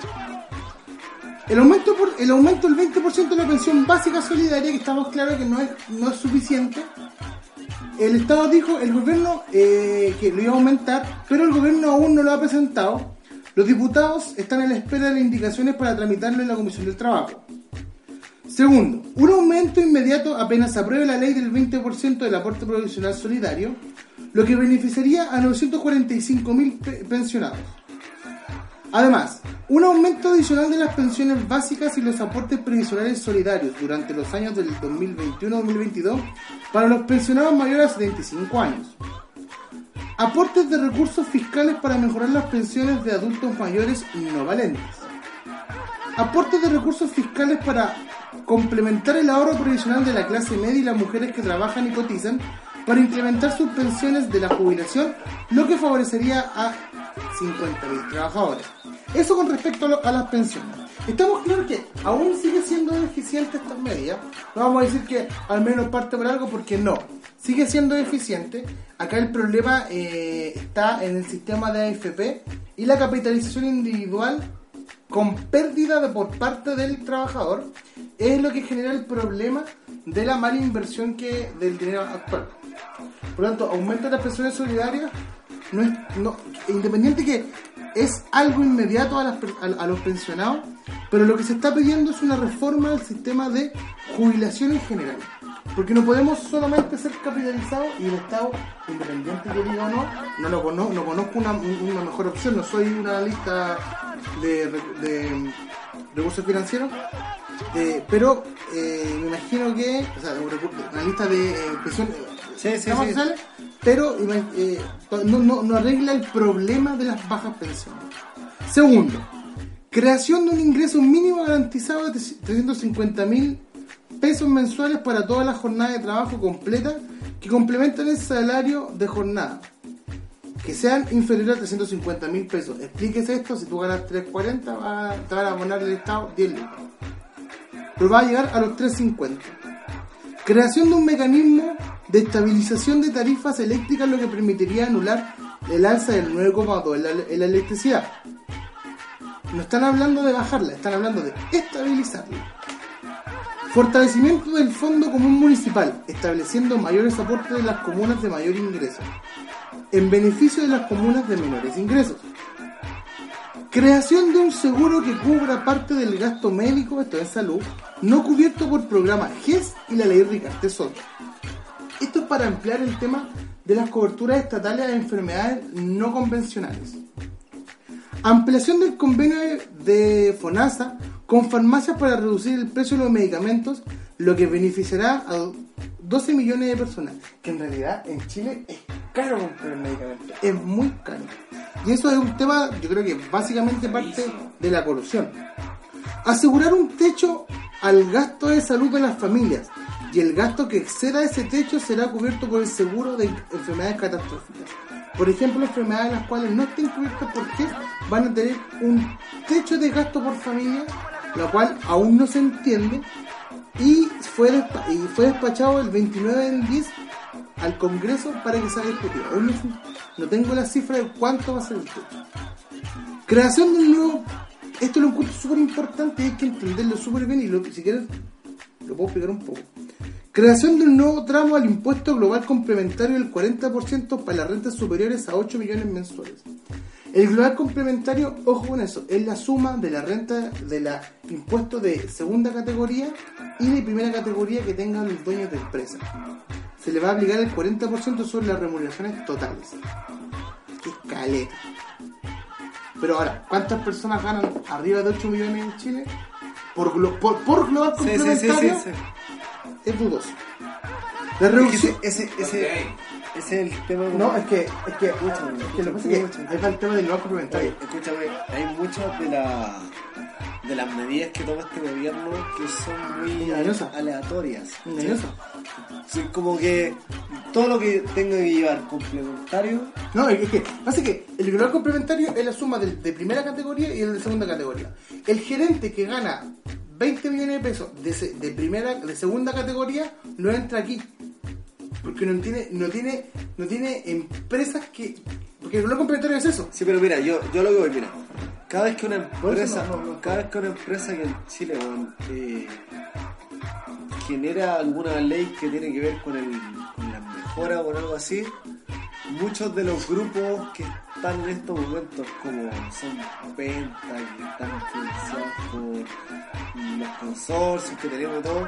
El aumento del 20% de la pensión básica solidaria, que estamos claros que no es suficiente. El Estado dijo, el gobierno que lo iba a aumentar, pero el gobierno aún no lo ha presentado. Los diputados están en la espera de las indicaciones para tramitarlo en la Comisión del Trabajo. Segundo, un aumento inmediato apenas se apruebe la ley del 20% del aporte provisional solidario, lo que beneficiaría a 945.000 pensionados. Además, un aumento adicional de las pensiones básicas y los aportes previsionales solidarios durante los años del 2021-2022 para los pensionados mayores a 75 años. Aportes de recursos fiscales para mejorar las pensiones de adultos mayores no valentes. Aportes de recursos fiscales para complementar el ahorro previsional de la clase media y las mujeres que trabajan y cotizan para incrementar sus pensiones de la jubilación, lo que favorecería a 50.000 trabajadores. Eso con respecto a las pensiones. Estamos claros que aún sigue siendo deficiente estas medidas. No vamos a decir que al menos parte por algo, porque no. Sigue siendo deficiente. Acá el problema está en el sistema de AFP y la capitalización individual con pérdida por parte del trabajador es lo que genera el problema de la mala inversión del dinero actual. Por lo tanto, aumento de las pensiones solidarias independiente que es algo inmediato a los pensionados, pero lo que se está pidiendo es una reforma del sistema de jubilación en general, porque no podemos solamente ser capitalizados y el Estado, independiente que diga o no conozco una mejor opción. No soy un analista de recursos financieros, pero me imagino que, o sea, analista de pensión, sociales, pero no arregla el problema de las bajas pensiones. Segundo, creación de un ingreso mínimo garantizado de 350.000 pesos mensuales para toda la jornada de trabajo completa que complementan el salario de jornada, que sean inferiores a 350.000 pesos. Explíquese esto: si tú ganas 340, te van a abonar el Estado 10 lucas, pero va a llegar a los 350. Creación de un mecanismo de estabilización de tarifas eléctricas, lo que permitiría anular el alza del 9,2 en la electricidad. No están hablando de bajarla, están hablando de estabilizarla. Fortalecimiento del Fondo Común Municipal, estableciendo mayores aportes de las comunas de mayor ingreso, en beneficio de las comunas de menores ingresos. Creación de un seguro que cubra parte del gasto médico, esto es salud, no cubierto por programa GES y la ley Ricardo Soto. Esto es para ampliar el tema de las coberturas estatales a enfermedades no convencionales. Ampliación del convenio de FONASA con farmacias para reducir el precio de los medicamentos, lo que beneficiará a 12 millones de personas, que en realidad en Chile es caro comprar medicamentos, es muy caro. Y eso es un tema, yo creo que básicamente parte de la corrupción. Asegurar un techo al gasto de salud de las familias, y el gasto que exceda ese techo será cubierto por el seguro de enfermedades catastróficas. Por ejemplo, enfermedades en las cuales no estén cubiertas porque van a tener un techo de gasto por familia, la cual aún no se entiende, y fue despachado el 29 del 10 al Congreso para que sea discutido. Aún no tengo la cifra de cuánto va a ser el techo. Creación de un nuevo... Esto lo encuentro súper importante y hay que entenderlo súper bien, y si quieres lo puedo explicar un poco. Creación de un nuevo tramo al impuesto global complementario del 40% para las rentas superiores a 8 millones mensuales. El global complementario, ojo con eso, es la suma de la renta de la impuestos de segunda categoría y de primera categoría que tengan los dueños de empresas. Se le va a aplicar el 40% sobre las remuneraciones totales. ¡Qué caleta! Pero ahora, ¿cuántas personas ganan arriba de 8 millones en Chile? Por global complementario. Sí. Es dudoso. La reducción... Ese es el tema. No, es que lo que pasa es que ahí va el tema del global complementario. Oye, escúchame, hay muchas de las medidas que toma este gobierno que son muy aleatorias. Engañosa. Sí, como que todo lo que tenga que llevar complementario. No, es que pasa que el global complementario es la suma de primera categoría y el de segunda categoría. El gerente que gana 20 millones de pesos de segunda categoría no entra aquí. Porque no tiene empresas que... Porque el global complementario es eso. Sí, pero mira, yo lo que voy, mira. Cada vez que una empresa que en Chile genera alguna ley que tiene que ver con la mejora o con algo así, muchos de los grupos que están en estos momentos, como son Penta, que están influenciados por los consorcios que tenemos y todo,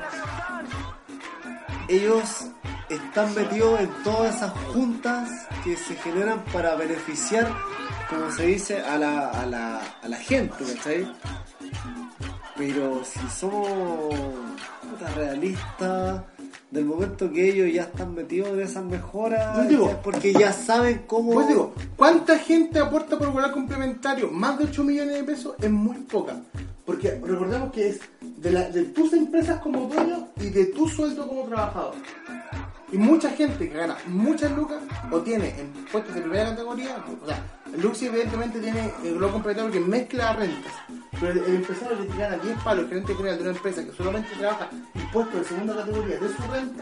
ellos están metidos en todas esas juntas que se generan para beneficiar, como se dice, a la gente, ¿cachai? Pero si somos realistas, del momento que ellos ya están metidos en esas mejoras, es porque ya saben cómo... Pues digo, ¿cuánta gente aporta por global complementario? Más de 8 millones de pesos es muy poca. Porque recordemos que es de tus empresas como dueño y de tu sueldo como trabajador. Y mucha gente que gana muchas lucas o tiene en puestos de primera categoría, o sea, el Luxi evidentemente tiene el global complementario que mezcla rentas, pero el empresario que gana 10 palos, el gerente general de una empresa que solamente trabaja impuestos de segunda categoría de su renta.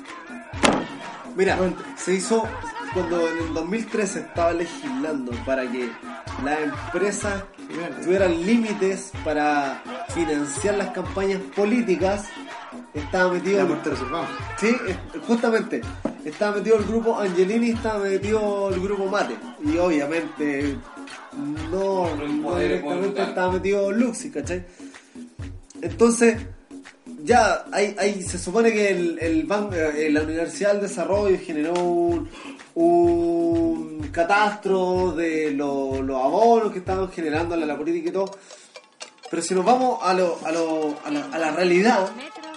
Mira, se hizo cuando en el 2013 estaba legislando para que las empresas tuvieran límites para financiar las campañas políticas. Estaba metido sí, justamente estaba metido el grupo Angelini, estaba metido el grupo Mate, y obviamente no directamente estaba metido Luxi, ¿cachai? Entonces ya ahí se supone que la Universidad del Desarrollo generó un catastro de los abonos que estaban generando la política y todo, pero si nos vamos a la realidad,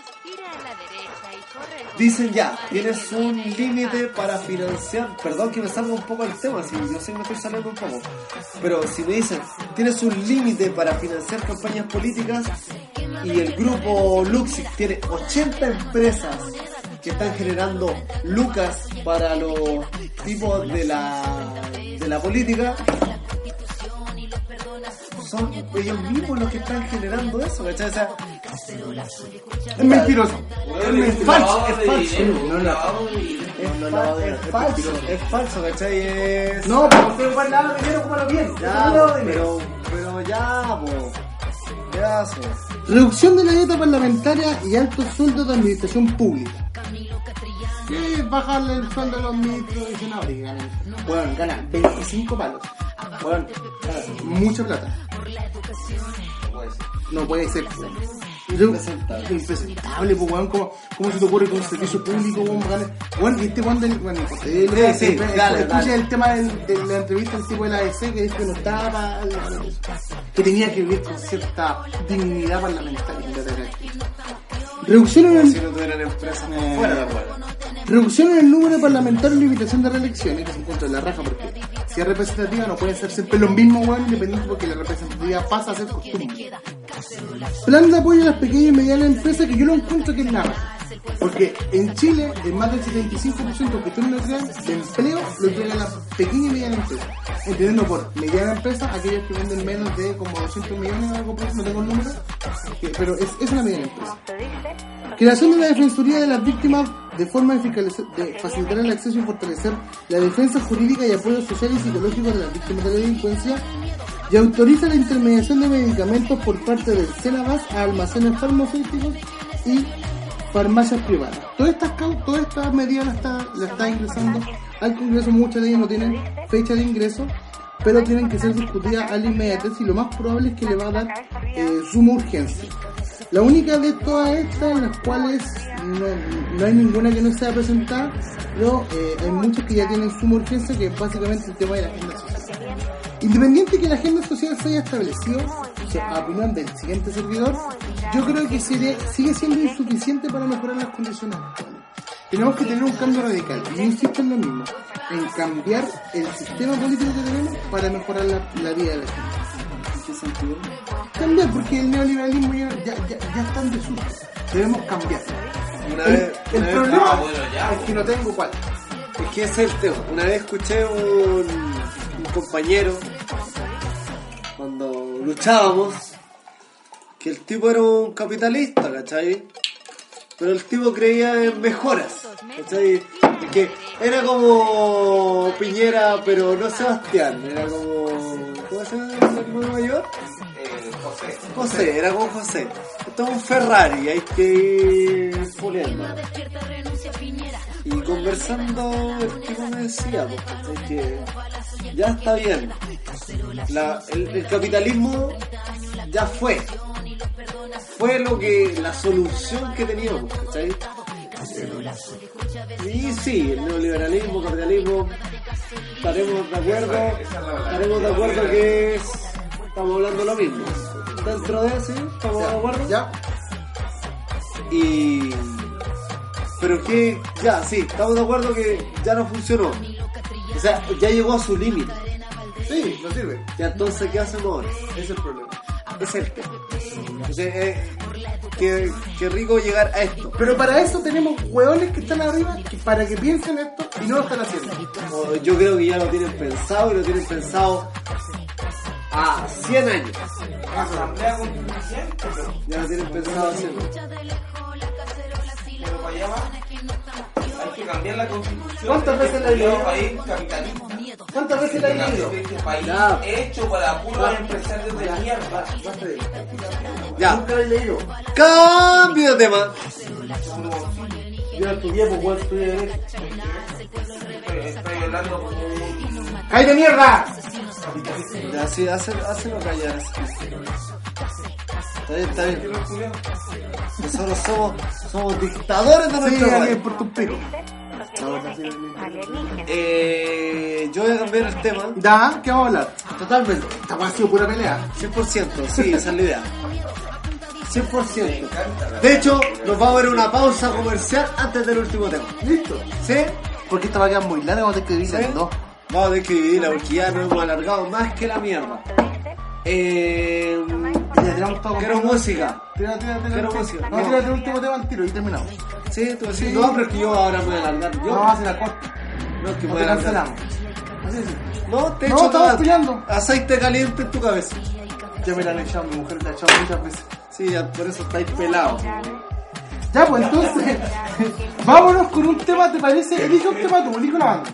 dicen ya, tienes un límite para financiar. Perdón que me salga un poco del tema, si yo sé que me estoy saliendo un poco. Pero si me dicen, tienes un límite para financiar campañas políticas y el grupo Luxi tiene 80 empresas que están generando lucas para los tipos de la política, son ellos mismos los que están generando eso, ¿cachai? O sea, es mentiroso. Es falso. Es falso, ¿cachai? No, pero usted igual nada dinero como lo bien. Pero ya, pedazo. Reducción de la dieta parlamentaria y altos sueldos de administración pública. ¿Qué es bajarle el sueldo a los ministros y senadores? Ganan 25 palos. Ganan mucha plata. No puede ser. Impresentable, pues, weón. ¿Cómo se te ocurre con un servicio público, weón? Y este weón escucha el tema de la entrevista del tipo de la AEC que dice que no estaba que tenía que vivir con cierta dignidad parlamentaria. Reducción en el... Si no tuvieran empresas fuera de acuerdo. Reducción en el número de parlamentarios y limitación de reelecciones, que se encuentra en la raja, porque si es representativa no pueden ser siempre los mismos, weón, independiente, porque la representatividad pasa a ser costumbre. Plan de apoyo a las pequeñas y medianas empresas, que yo lo encuentro que es nada. Porque en Chile, en más del 75% que ustedes no crean, de empleo lo entregan las pequeñas y medianas empresas. Entendiendo por mediana empresa aquellas que venden menos de como 200 millones o algo por eso, no tengo el número, pero es una mediana empresa. Creación de la Defensoría de las Víctimas de forma de facilitar el acceso y fortalecer la defensa jurídica y apoyo social y psicológico de las víctimas de la delincuencia, y autoriza la intermediación de medicamentos por parte del Senabas a almacenes farmacéuticos y farmacias privadas. Todas estas medidas las está ingresando al Congreso. Muchas de ellas no tienen fecha de ingreso, pero tienen que ser discutidas al inmediato, y lo más probable es que le va a dar suma urgencia. La única de todas estas, las cuales no hay ninguna que no sea presentada, pero hay muchas que ya tienen suma urgencia, que es básicamente el tema de la agenda social. Independiente que la agenda social se haya establecido, a opinión del siguiente servidor, yo creo que sigue siendo insuficiente para mejorar las condiciones actuales. Tenemos que tener un cambio radical, y yo insisto en lo mismo, en cambiar el sistema político que tenemos para mejorar la vida de la gente. ¿En qué sentido? Cambiar, porque el neoliberalismo ya está en desuso. Debemos cambiar. El problema es que no tengo cuál. Es que ese es el tema. Una vez escuché un compañero, cuando luchábamos, que el tipo era un capitalista, ¿cachai? Pero el tipo creía en mejoras, ¿cachai? Y que era como Piñera, pero no Sebastián, era como... ¿Cómo se llama el hermano mayor? José, era como José. Esto es un Ferrari, hay que ir puliendo. Y conversando, el tipo me decía, pues, que ya está bien. El capitalismo ya fue la solución que teníamos, ¿cachai? Y sí, el neoliberalismo, capitalismo, estaremos de acuerdo que estamos hablando lo mismo. Dentro de sí, estamos de acuerdo. Ya. Pero que, ya, sí, estamos de acuerdo que ya no funcionó. O sea, ya llegó a su límite. Sí, no sirve. Ya, entonces, ¿qué hacemos ahora? Ese es el problema. Es el tema. Entonces, qué rico llegar a esto. Pero para eso tenemos hueones que están arriba para que piensen esto y no lo están haciendo. Yo creo que ya lo tienen pensado, y lo tienen pensado a 100 años. Asamblea Constituyente, pero Ya lo tienen pensado a 100 años. pero para allá va. Hay que cambiar la constitución. ¿Cuántas veces la he de este leído? país capitalista. ¿Cuántas veces la he leído? Este país Ya. hecho para puros empresarios de mierda. Ya, Nunca la he leído. cambio de tema. Yo no estudié, pues igual estudié derecho. Estoy hablando con un... ¡Ay de mierda! Ya, sí, hazlo callar. Está bien. Nosotros somos dictadores de Sí, nuestro alguien país. por tu pico. Yo voy a cambiar el tema. Ya, ¿qué vamos a hablar? Totalmente. Esta ha sido pura pelea. 100%, sí, esa es la idea. 100%. De hecho, nos vamos a ver una pausa comercial antes del último tema. ¿Listo? ¿Sí? Porque esta va a quedar muy larga, vamos a tener que dividirla en dos. Vamos a tener que dividirla porque ya nos hemos alargado más que la mierda. Ya tiramos todo. Quiero música. Tira. Quiero música. No, tírate el último tema al tiro y terminamos. Sí, tú decís, no, pero es que yo ahora me voy a alargar. No, vamos a hacer la corta. No, es que me No voy te a alargar. cancelamos. Así es. No, te No, echo estamos toda- peleando. aceite caliente en tu cabeza. Ya me la han echado, mi mujer la ha echado muchas veces. Sí, ya, por eso estáis pelados. Ya, pues entonces, vámonos con un tema, ¿te parece? Elige un tema tú, elige una banda.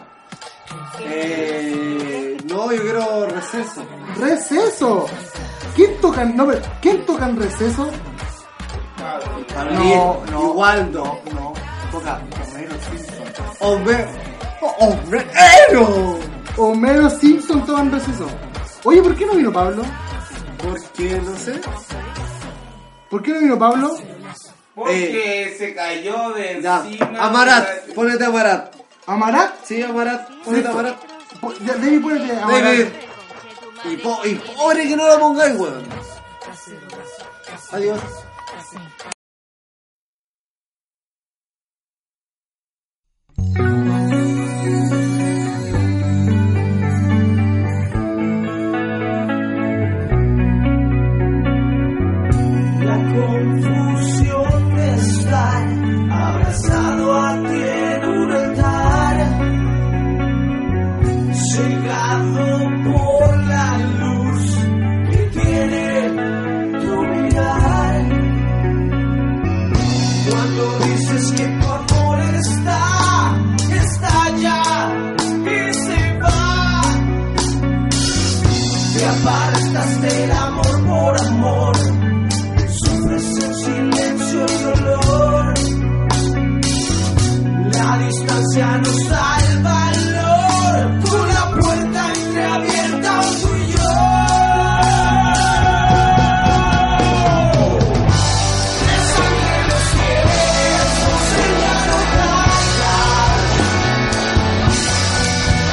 No, yo quiero receso. ¡Receso! ¿Quién toca en Receso? Igual no. No, toca Homero Simpson. Hombre, Homero Simpson toca en Receso. Oye, ¿por qué no vino Pablo? Porque, no sé. ¿Por qué no vino Pablo? Porque se cayó de Ya, encima. Amarat, ponete Amarat. ¿Amarat? Sí, Amarat, ponete Amarat. David, ponete Amarat. David. Y pobre que no la pongáis, weón. Adiós.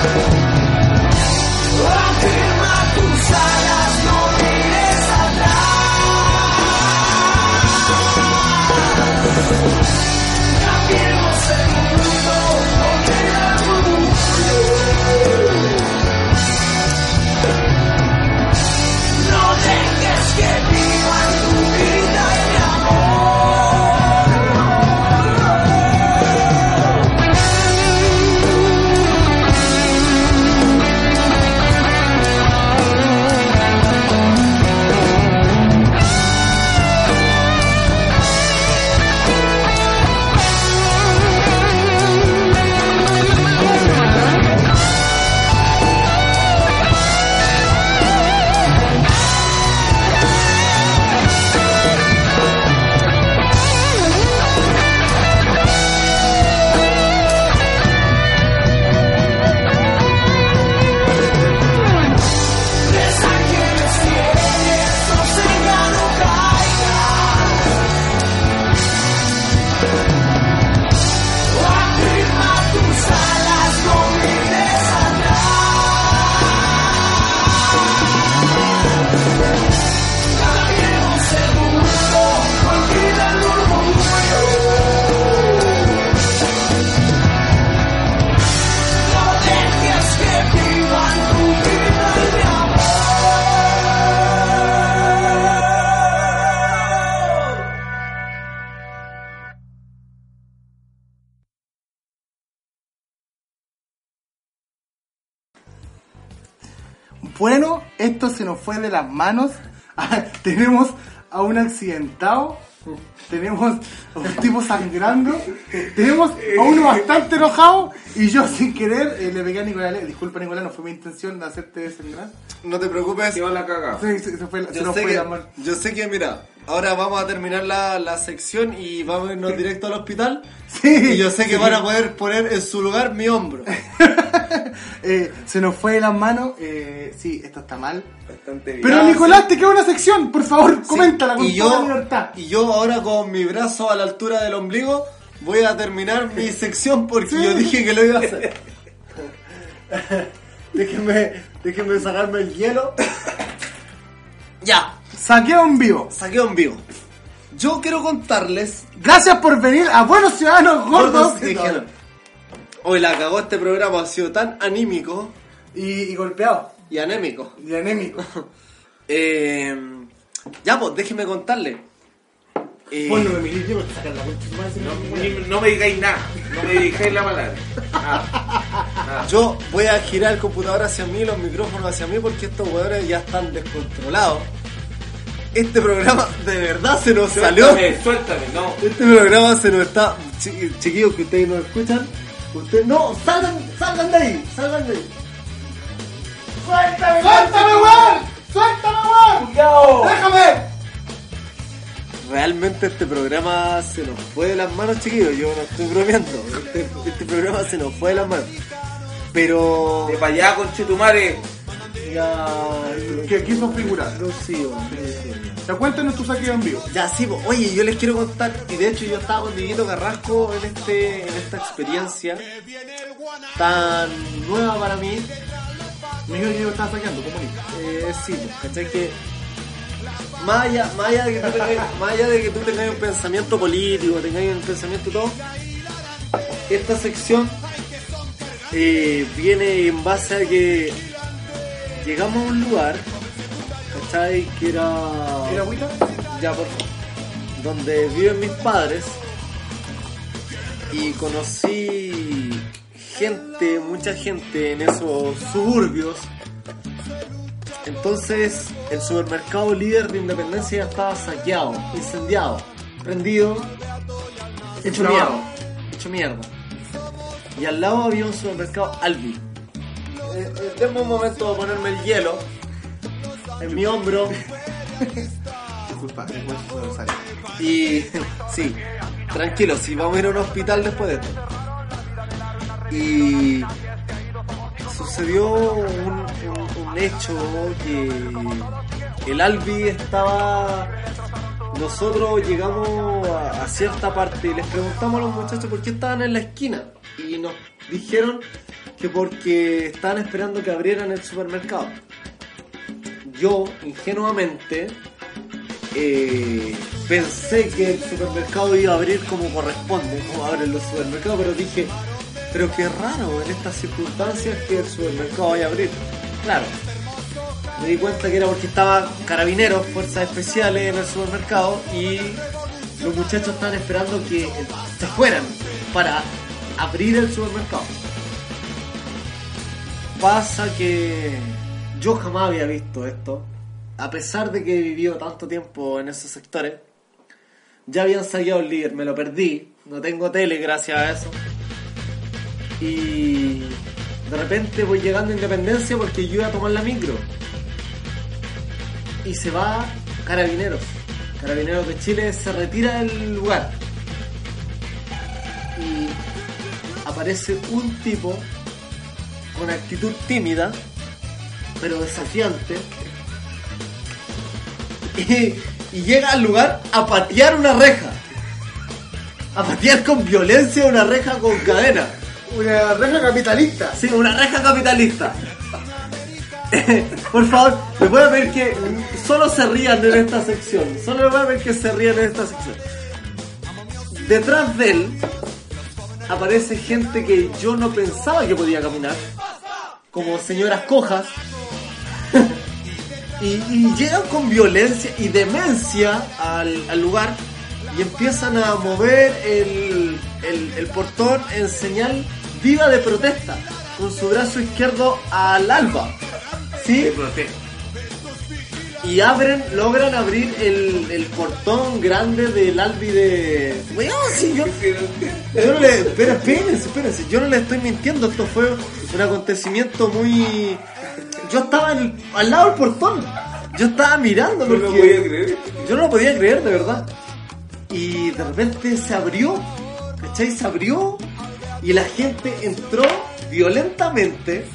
Bueno, esto se nos fue de las manos. Tenemos a un accidentado, tenemos a un tipo sangrando, tenemos a uno bastante enojado y yo sin querer le pegué a Nicolás. Disculpa Nicolás, no fue mi intención de hacerte desangrar. No te preocupes. Se va la cagada. Sí, se nos fue de las manos. Yo sé que, mira, ahora vamos a terminar la sección y vamos a irnos directo al hospital. Sí, y yo sé que sí. van a poder poner en su lugar mi hombro. Se nos fue de las manos. Sí, esto está mal. Bastante bien. Pero Nicolás, te queda una sección, por favor, coméntala con y toda yo, libertad. y yo ahora con mi brazo a la altura del ombligo voy a terminar mi sección porque Sí. yo dije que lo iba a hacer. déjenme sacarme el hielo. Ya, Saqueo en vivo. saqueo en vivo. Yo quiero contarles. Gracias por venir a Buenos Ciudadanos Gordos. que dijeron, hoy la cagó, este programa ha sido tan anímico Y golpeado. y anémico. Y anémico. Ya pues, déjenme contarles. Bueno, me miré yo porque sacar la concha de tu madre. No me digáis nada. No me digáis la palabra. Nada. Yo voy a girar el computador hacia mí, los micrófonos hacia mí, porque estos hueones ya están descontrolados. Este programa de verdad se nos salió. Suéltame, no. Este programa se nos está. Chiquillos, que ustedes no escuchan. Ustedes no, salgan de ahí, salgan de ahí. ¡Suéltame, weón! ¡Suéltame, weón! ¡Cuidado! ¡Déjame! Realmente este programa se nos fue de las manos, chiquillos. Yo no estoy bromeando. Este programa se nos fue de las manos. Pero. De para allá, conchetumare. Ya. Que quiso figurar. No sigo. Ya cuéntanos tu saqueo en vivo. Ya, sí, pues, oye, yo les quiero contar, y de hecho yo estaba con Dieguito Carrasco en esta experiencia tan nueva para mí. Mi hijo yo estaba saqueando, comunista. Sí, pues, ¿cachai? Que más allá de que tú tengas un pensamiento político, tengas un pensamiento todo, esta sección viene en base a que llegamos a un lugar, ¿cachai? Que era... ¿Era agüita? Ya, por favor. Donde viven mis padres. Y conocí mucha gente en esos suburbios. Entonces, el supermercado líder de Independencia ya estaba saqueado, incendiado, prendido, hecho mierda. Y al lado había un supermercado Albi. Denme un momento de ponerme el hielo en mi hombro. Disculpa, puedo salir. Y sí, tranquilo, si vamos a ir a un hospital después de esto. Y sucedió un hecho que el Albi estaba... Nosotros llegamos a cierta parte y les preguntamos a los muchachos por qué estaban en la esquina. Y nos dijeron que porque estaban esperando que abrieran el supermercado. Yo, ingenuamente, pensé que el supermercado iba a abrir como corresponde, como abren los supermercados, pero dije, pero qué raro en estas circunstancias que el supermercado vaya a abrir. Claro, me di cuenta que era porque estaban carabineros, fuerzas especiales en el supermercado y los muchachos estaban esperando que se fueran para abrir el supermercado. Pasa que yo jamás había visto esto, a pesar de que he vivido tanto tiempo en esos sectores. Ya habían saqueado el líder, me lo perdí, no tengo tele gracias a eso. Y de repente voy llegando a Independencia porque yo iba a tomar la micro. Y se va Carabineros. Carabineros de Chile se retira del lugar. Y aparece un tipo con actitud tímida, pero desafiante. Y llega al lugar a patear una reja. A patear con violencia una reja con cadena. Una reja capitalista. Sí, una reja capitalista. Por favor, les voy a pedir que solo se rían en esta sección. Solo les voy a pedir que se rían en esta sección. Detrás de él aparece gente que yo no pensaba que podía caminar, como señoras cojas. y llegan con violencia y demencia al lugar y empiezan a mover el portón en señal viva de protesta, con su brazo izquierdo al alba, ¿sí? Y logran abrir el portón grande del albi de... Bueno, sí, yo no le... Espérense, yo no le estoy mintiendo, esto fue un acontecimiento muy... Yo estaba al lado del portón, yo estaba mirando porque... No lo podía creer. Yo no lo podía creer, de verdad. Y de repente se abrió, ¿cachai? Se abrió y la gente entró violentamente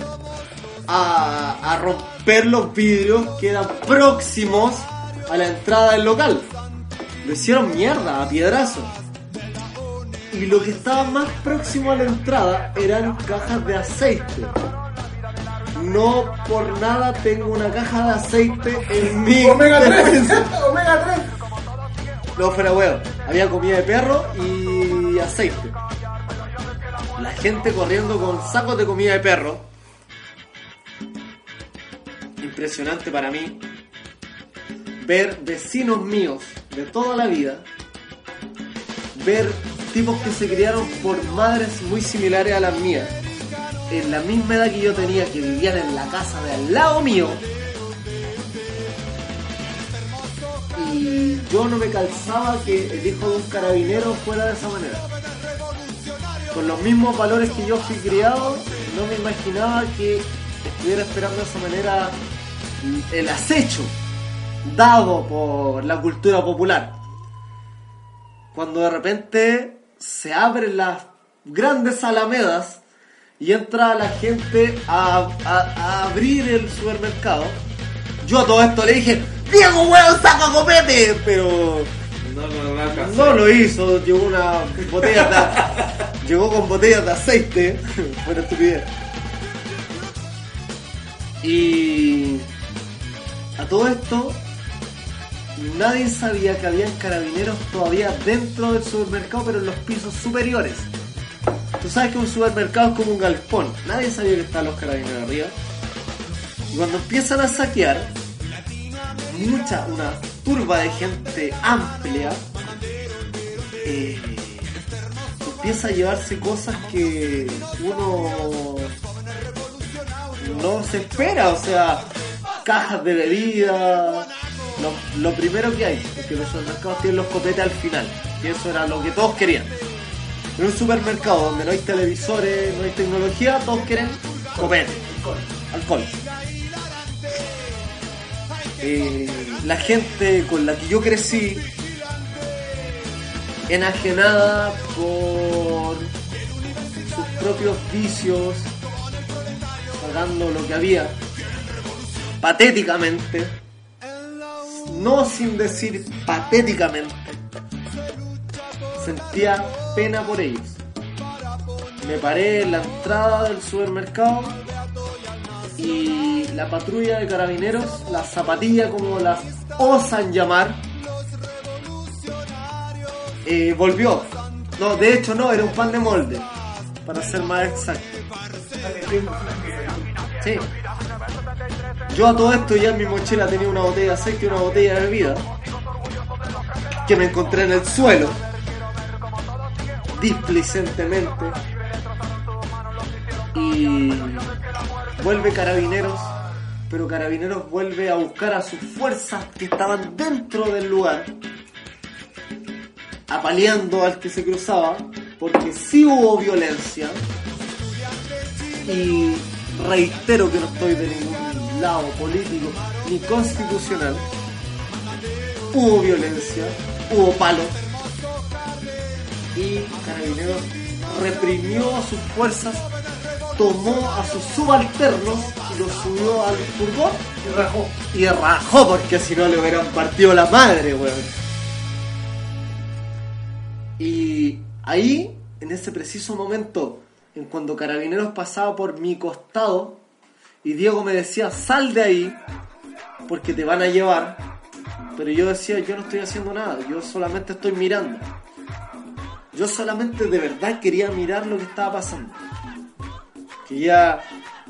a romper los vidrios que eran próximos a la entrada del local. Lo hicieron mierda, a piedrazo. Y lo que estaba más próximo a la entrada eran cajas de aceite. No por nada tengo una caja de aceite en mi Omega 3. defensa. Omega 3. No, fuera huevo. Había comida de perro y aceite. La gente corriendo con sacos de comida de perro. Impresionante para mí ver vecinos míos de toda la vida, ver tipos que se criaron por madres muy similares a las mías, en la misma edad que yo tenía, que vivían en la casa de al lado mío, y yo no me calzaba que el hijo de un carabinero fuera de esa manera. Con los mismos valores que yo fui criado, no me imaginaba que estuviera esperando de esa manera el acecho dado por la cultura popular. Cuando de repente se abren las grandes alamedas y entra la gente a abrir el supermercado, yo a todo esto le dije: ¡Diego, weón, saca copete! Pero no lo hizo, llegó con botellas de aceite. Fue una estupidez. Y a todo esto nadie sabía que habían carabineros todavía dentro del supermercado, pero en los pisos superiores. Tú sabes que un supermercado es como un galpón. Nadie sabía que estaban los carabineros arriba. Y cuando empiezan a saquear, una turba de gente amplia empieza a llevarse cosas que uno no se espera, o sea, cajas de bebida, lo primero que hay, porque los supermercados tienen los copetes al final, y eso era lo que todos querían. En un supermercado donde no hay televisores, no hay tecnología, todos quieren copete, alcohol. La gente con la que yo crecí, enajenada por sus propios vicios, pagando lo que había, patéticamente, no sin decir patéticamente, sentía pena por ellos. me paré en la entrada del supermercado y la patrulla de carabineros, la zapatilla como las osan llamar, volvió. No, de hecho no, era un pan de molde, para ser más exacto. Sí. Yo a todo esto ya en mi mochila tenía una botella de aceite y una botella de bebida que me encontré en el suelo displicentemente, y vuelve Carabineros, pero Carabineros vuelve a buscar a sus fuerzas que estaban dentro del lugar, apaleando al que se cruzaba, porque sí hubo violencia. Y reitero que no estoy de ningún lado político ni constitucional. Hubo violencia, hubo palos, y Carabineros reprimió a sus fuerzas, tomó a sus subalternos y los subió al furgón y rajó porque si no le hubieran partido la madre, weón. Y ahí, en ese preciso momento, en cuando Carabineros pasaba por mi costado y Diego me decía, sal de ahí porque te van a llevar, pero yo decía, yo no estoy haciendo nada, yo solamente estoy mirando. Yo solamente de verdad quería mirar lo que estaba pasando. Quería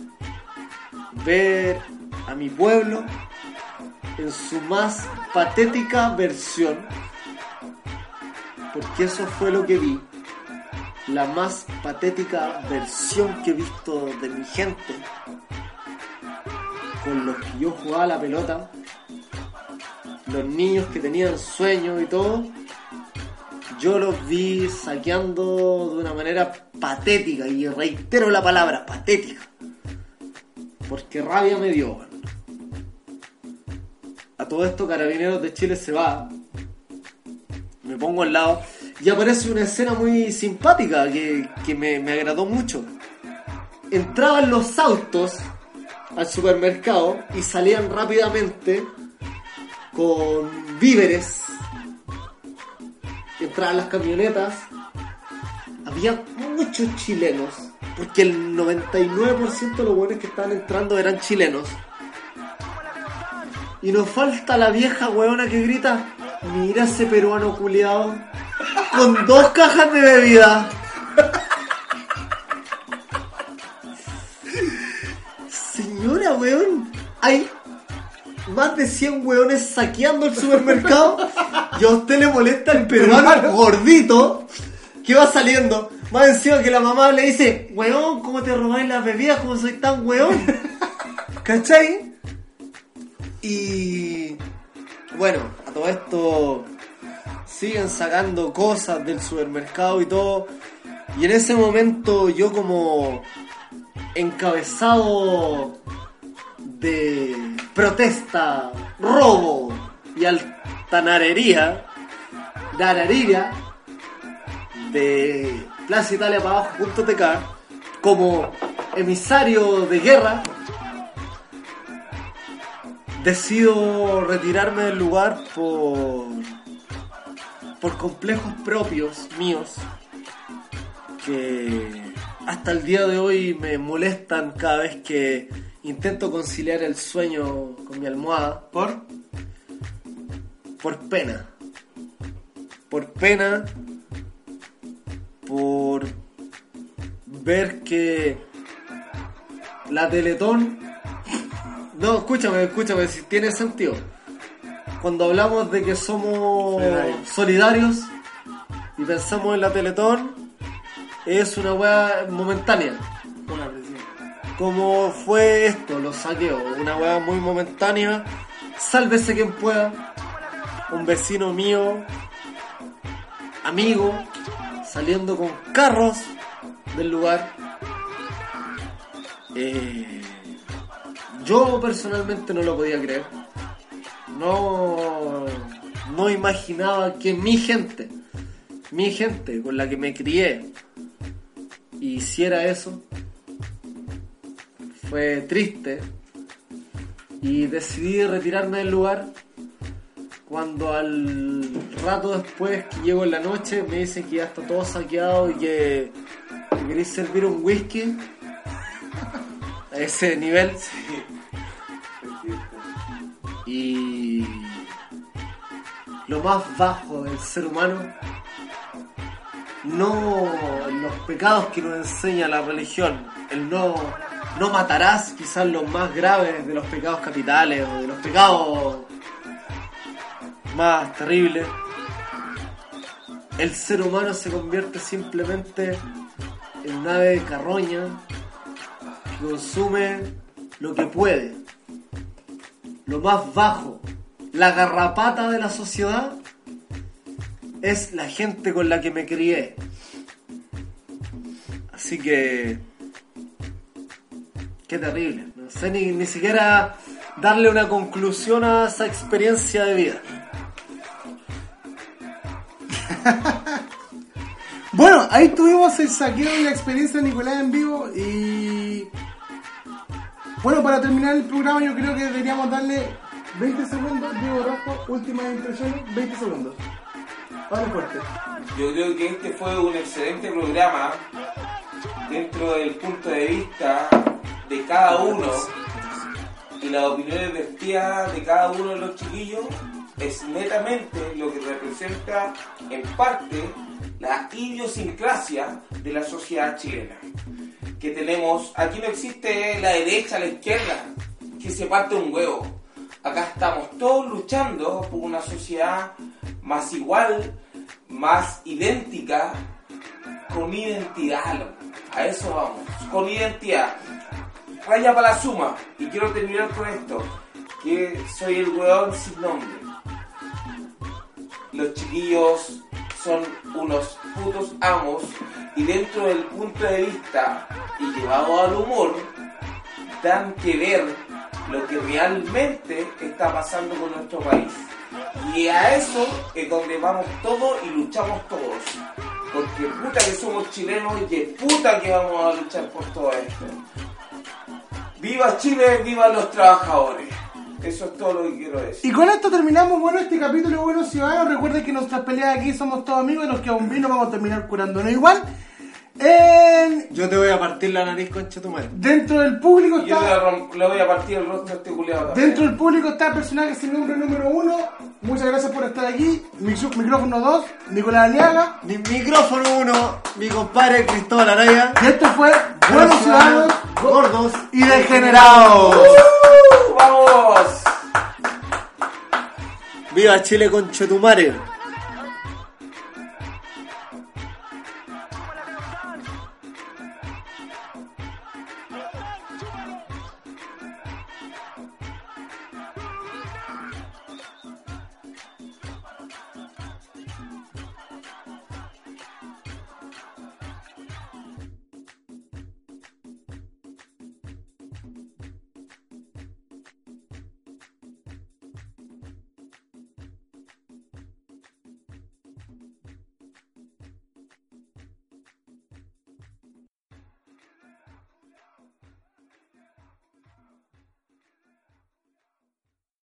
ver a mi pueblo en su más patética versión, porque eso fue lo que vi. La más patética versión que he visto de mi gente, con los que yo jugaba la pelota, los niños que tenían sueños y todo. Yo los vi saqueando de una manera patética, y reitero la palabra, patética, porque rabia me dio, bueno. A todo esto Carabineros de Chile se va, me pongo al lado y aparece una escena muy simpática que me agradó mucho. Entraban los autos al supermercado y salían rápidamente con víveres. Entraban las camionetas, había muchos chilenos, porque el 99% de los buenos que estaban entrando eran chilenos. Y nos falta la vieja huevona que grita, mira ese peruano culiao, con 2 cajas de bebida. Señora, weón, hay más de 100 weones saqueando el supermercado y a usted le molesta el peruano gordito que va saliendo. Más encima que la mamá le dice, weón, ¿cómo te robáis las bebidas? ¿Cómo soy tan weón? ¿Cachai? Y bueno, a todo esto siguen sacando cosas del supermercado y todo. Y en ese momento yo, como encabezado de protesta, robo y altanería de Plaza Italia para abajo.tk, como emisario de guerra, decido retirarme del lugar por complejos propios míos que hasta el día de hoy me molestan cada vez que intento conciliar el sueño con mi almohada. Por pena, por ver que la Teletón, no, escúchame, si tiene sentido. Cuando hablamos de que somos solidarios y pensamos en la Teletón, es una weá momentánea. Como fue esto, los saqueos, una weá muy momentánea. Sálvese quien pueda. Un vecino mío, amigo, saliendo con carros del lugar. Yo personalmente no lo podía creer. No imaginaba que mi gente con la que me crié, hiciera eso. Fue triste y decidí retirarme del lugar, cuando al rato después que llego en la noche me dicen que ya está todo saqueado y que queréis servir un whisky a ese nivel y lo más bajo del ser humano, no los pecados que nos enseña la religión, el no matarás, quizás los más graves de los pecados capitales o de los pecados más terribles. El ser humano se convierte simplemente en un ave de carroña que consume lo que puede. Lo más bajo, la garrapata de la sociedad, es la gente con la que me crié. Así que... qué terrible. No sé ni siquiera darle una conclusión a esa experiencia de vida. Bueno, ahí tuvimos el saqueo y la experiencia de Nicolás en vivo. Y bueno, para terminar el programa yo creo que deberíamos darle 20 segundos. Diego Rasco, últimas impresiones, 20 segundos. Vale, fuerte. Yo creo que este fue un excelente programa dentro del punto de vista de cada uno y las opiniones vertidas de cada uno de los chiquillos es netamente lo que representa en parte la idiosincrasia de la sociedad chilena. Que tenemos, aquí no existe la derecha, la izquierda, que se parte un huevo. Acá estamos todos luchando por una sociedad más igual, más idéntica, con identidad, loco. A eso vamos, con identidad. Raya para la suma, y quiero terminar con esto, que soy el hueón sin nombre. Los chiquillos son unos putos amos, y dentro del punto de vista y llevado al humor, dan que ver lo que realmente está pasando con nuestro país. Y a eso es donde vamos todos y luchamos todos. Porque puta que somos chilenos y que puta que vamos a luchar por todo esto. ¡Viva Chile! ¡Viva los trabajadores! Eso es todo lo que quiero decir. Y con esto terminamos, bueno, este capítulo de Buenos Ciudadanos. Recuerden que nuestras peleas aquí somos todos amigos y nos queda un vino, vamos a terminar curándonos igual. Yo te voy a partir la nariz, concha tu madre. Dentro del público Yo está... le voy a partir el rostro a este culiado también. Dentro del público está el personaje sin nombre número 1. Muchas gracias por estar aquí. Micrófono 2, Nicolás Aliaga. Micrófono 1, mi compadre Cristóbal Araya. Y esto fue Buenos Ciudadanos, Gordos y Degenerados. ¡Vamos! ¡Viva Chile, concha tu madre!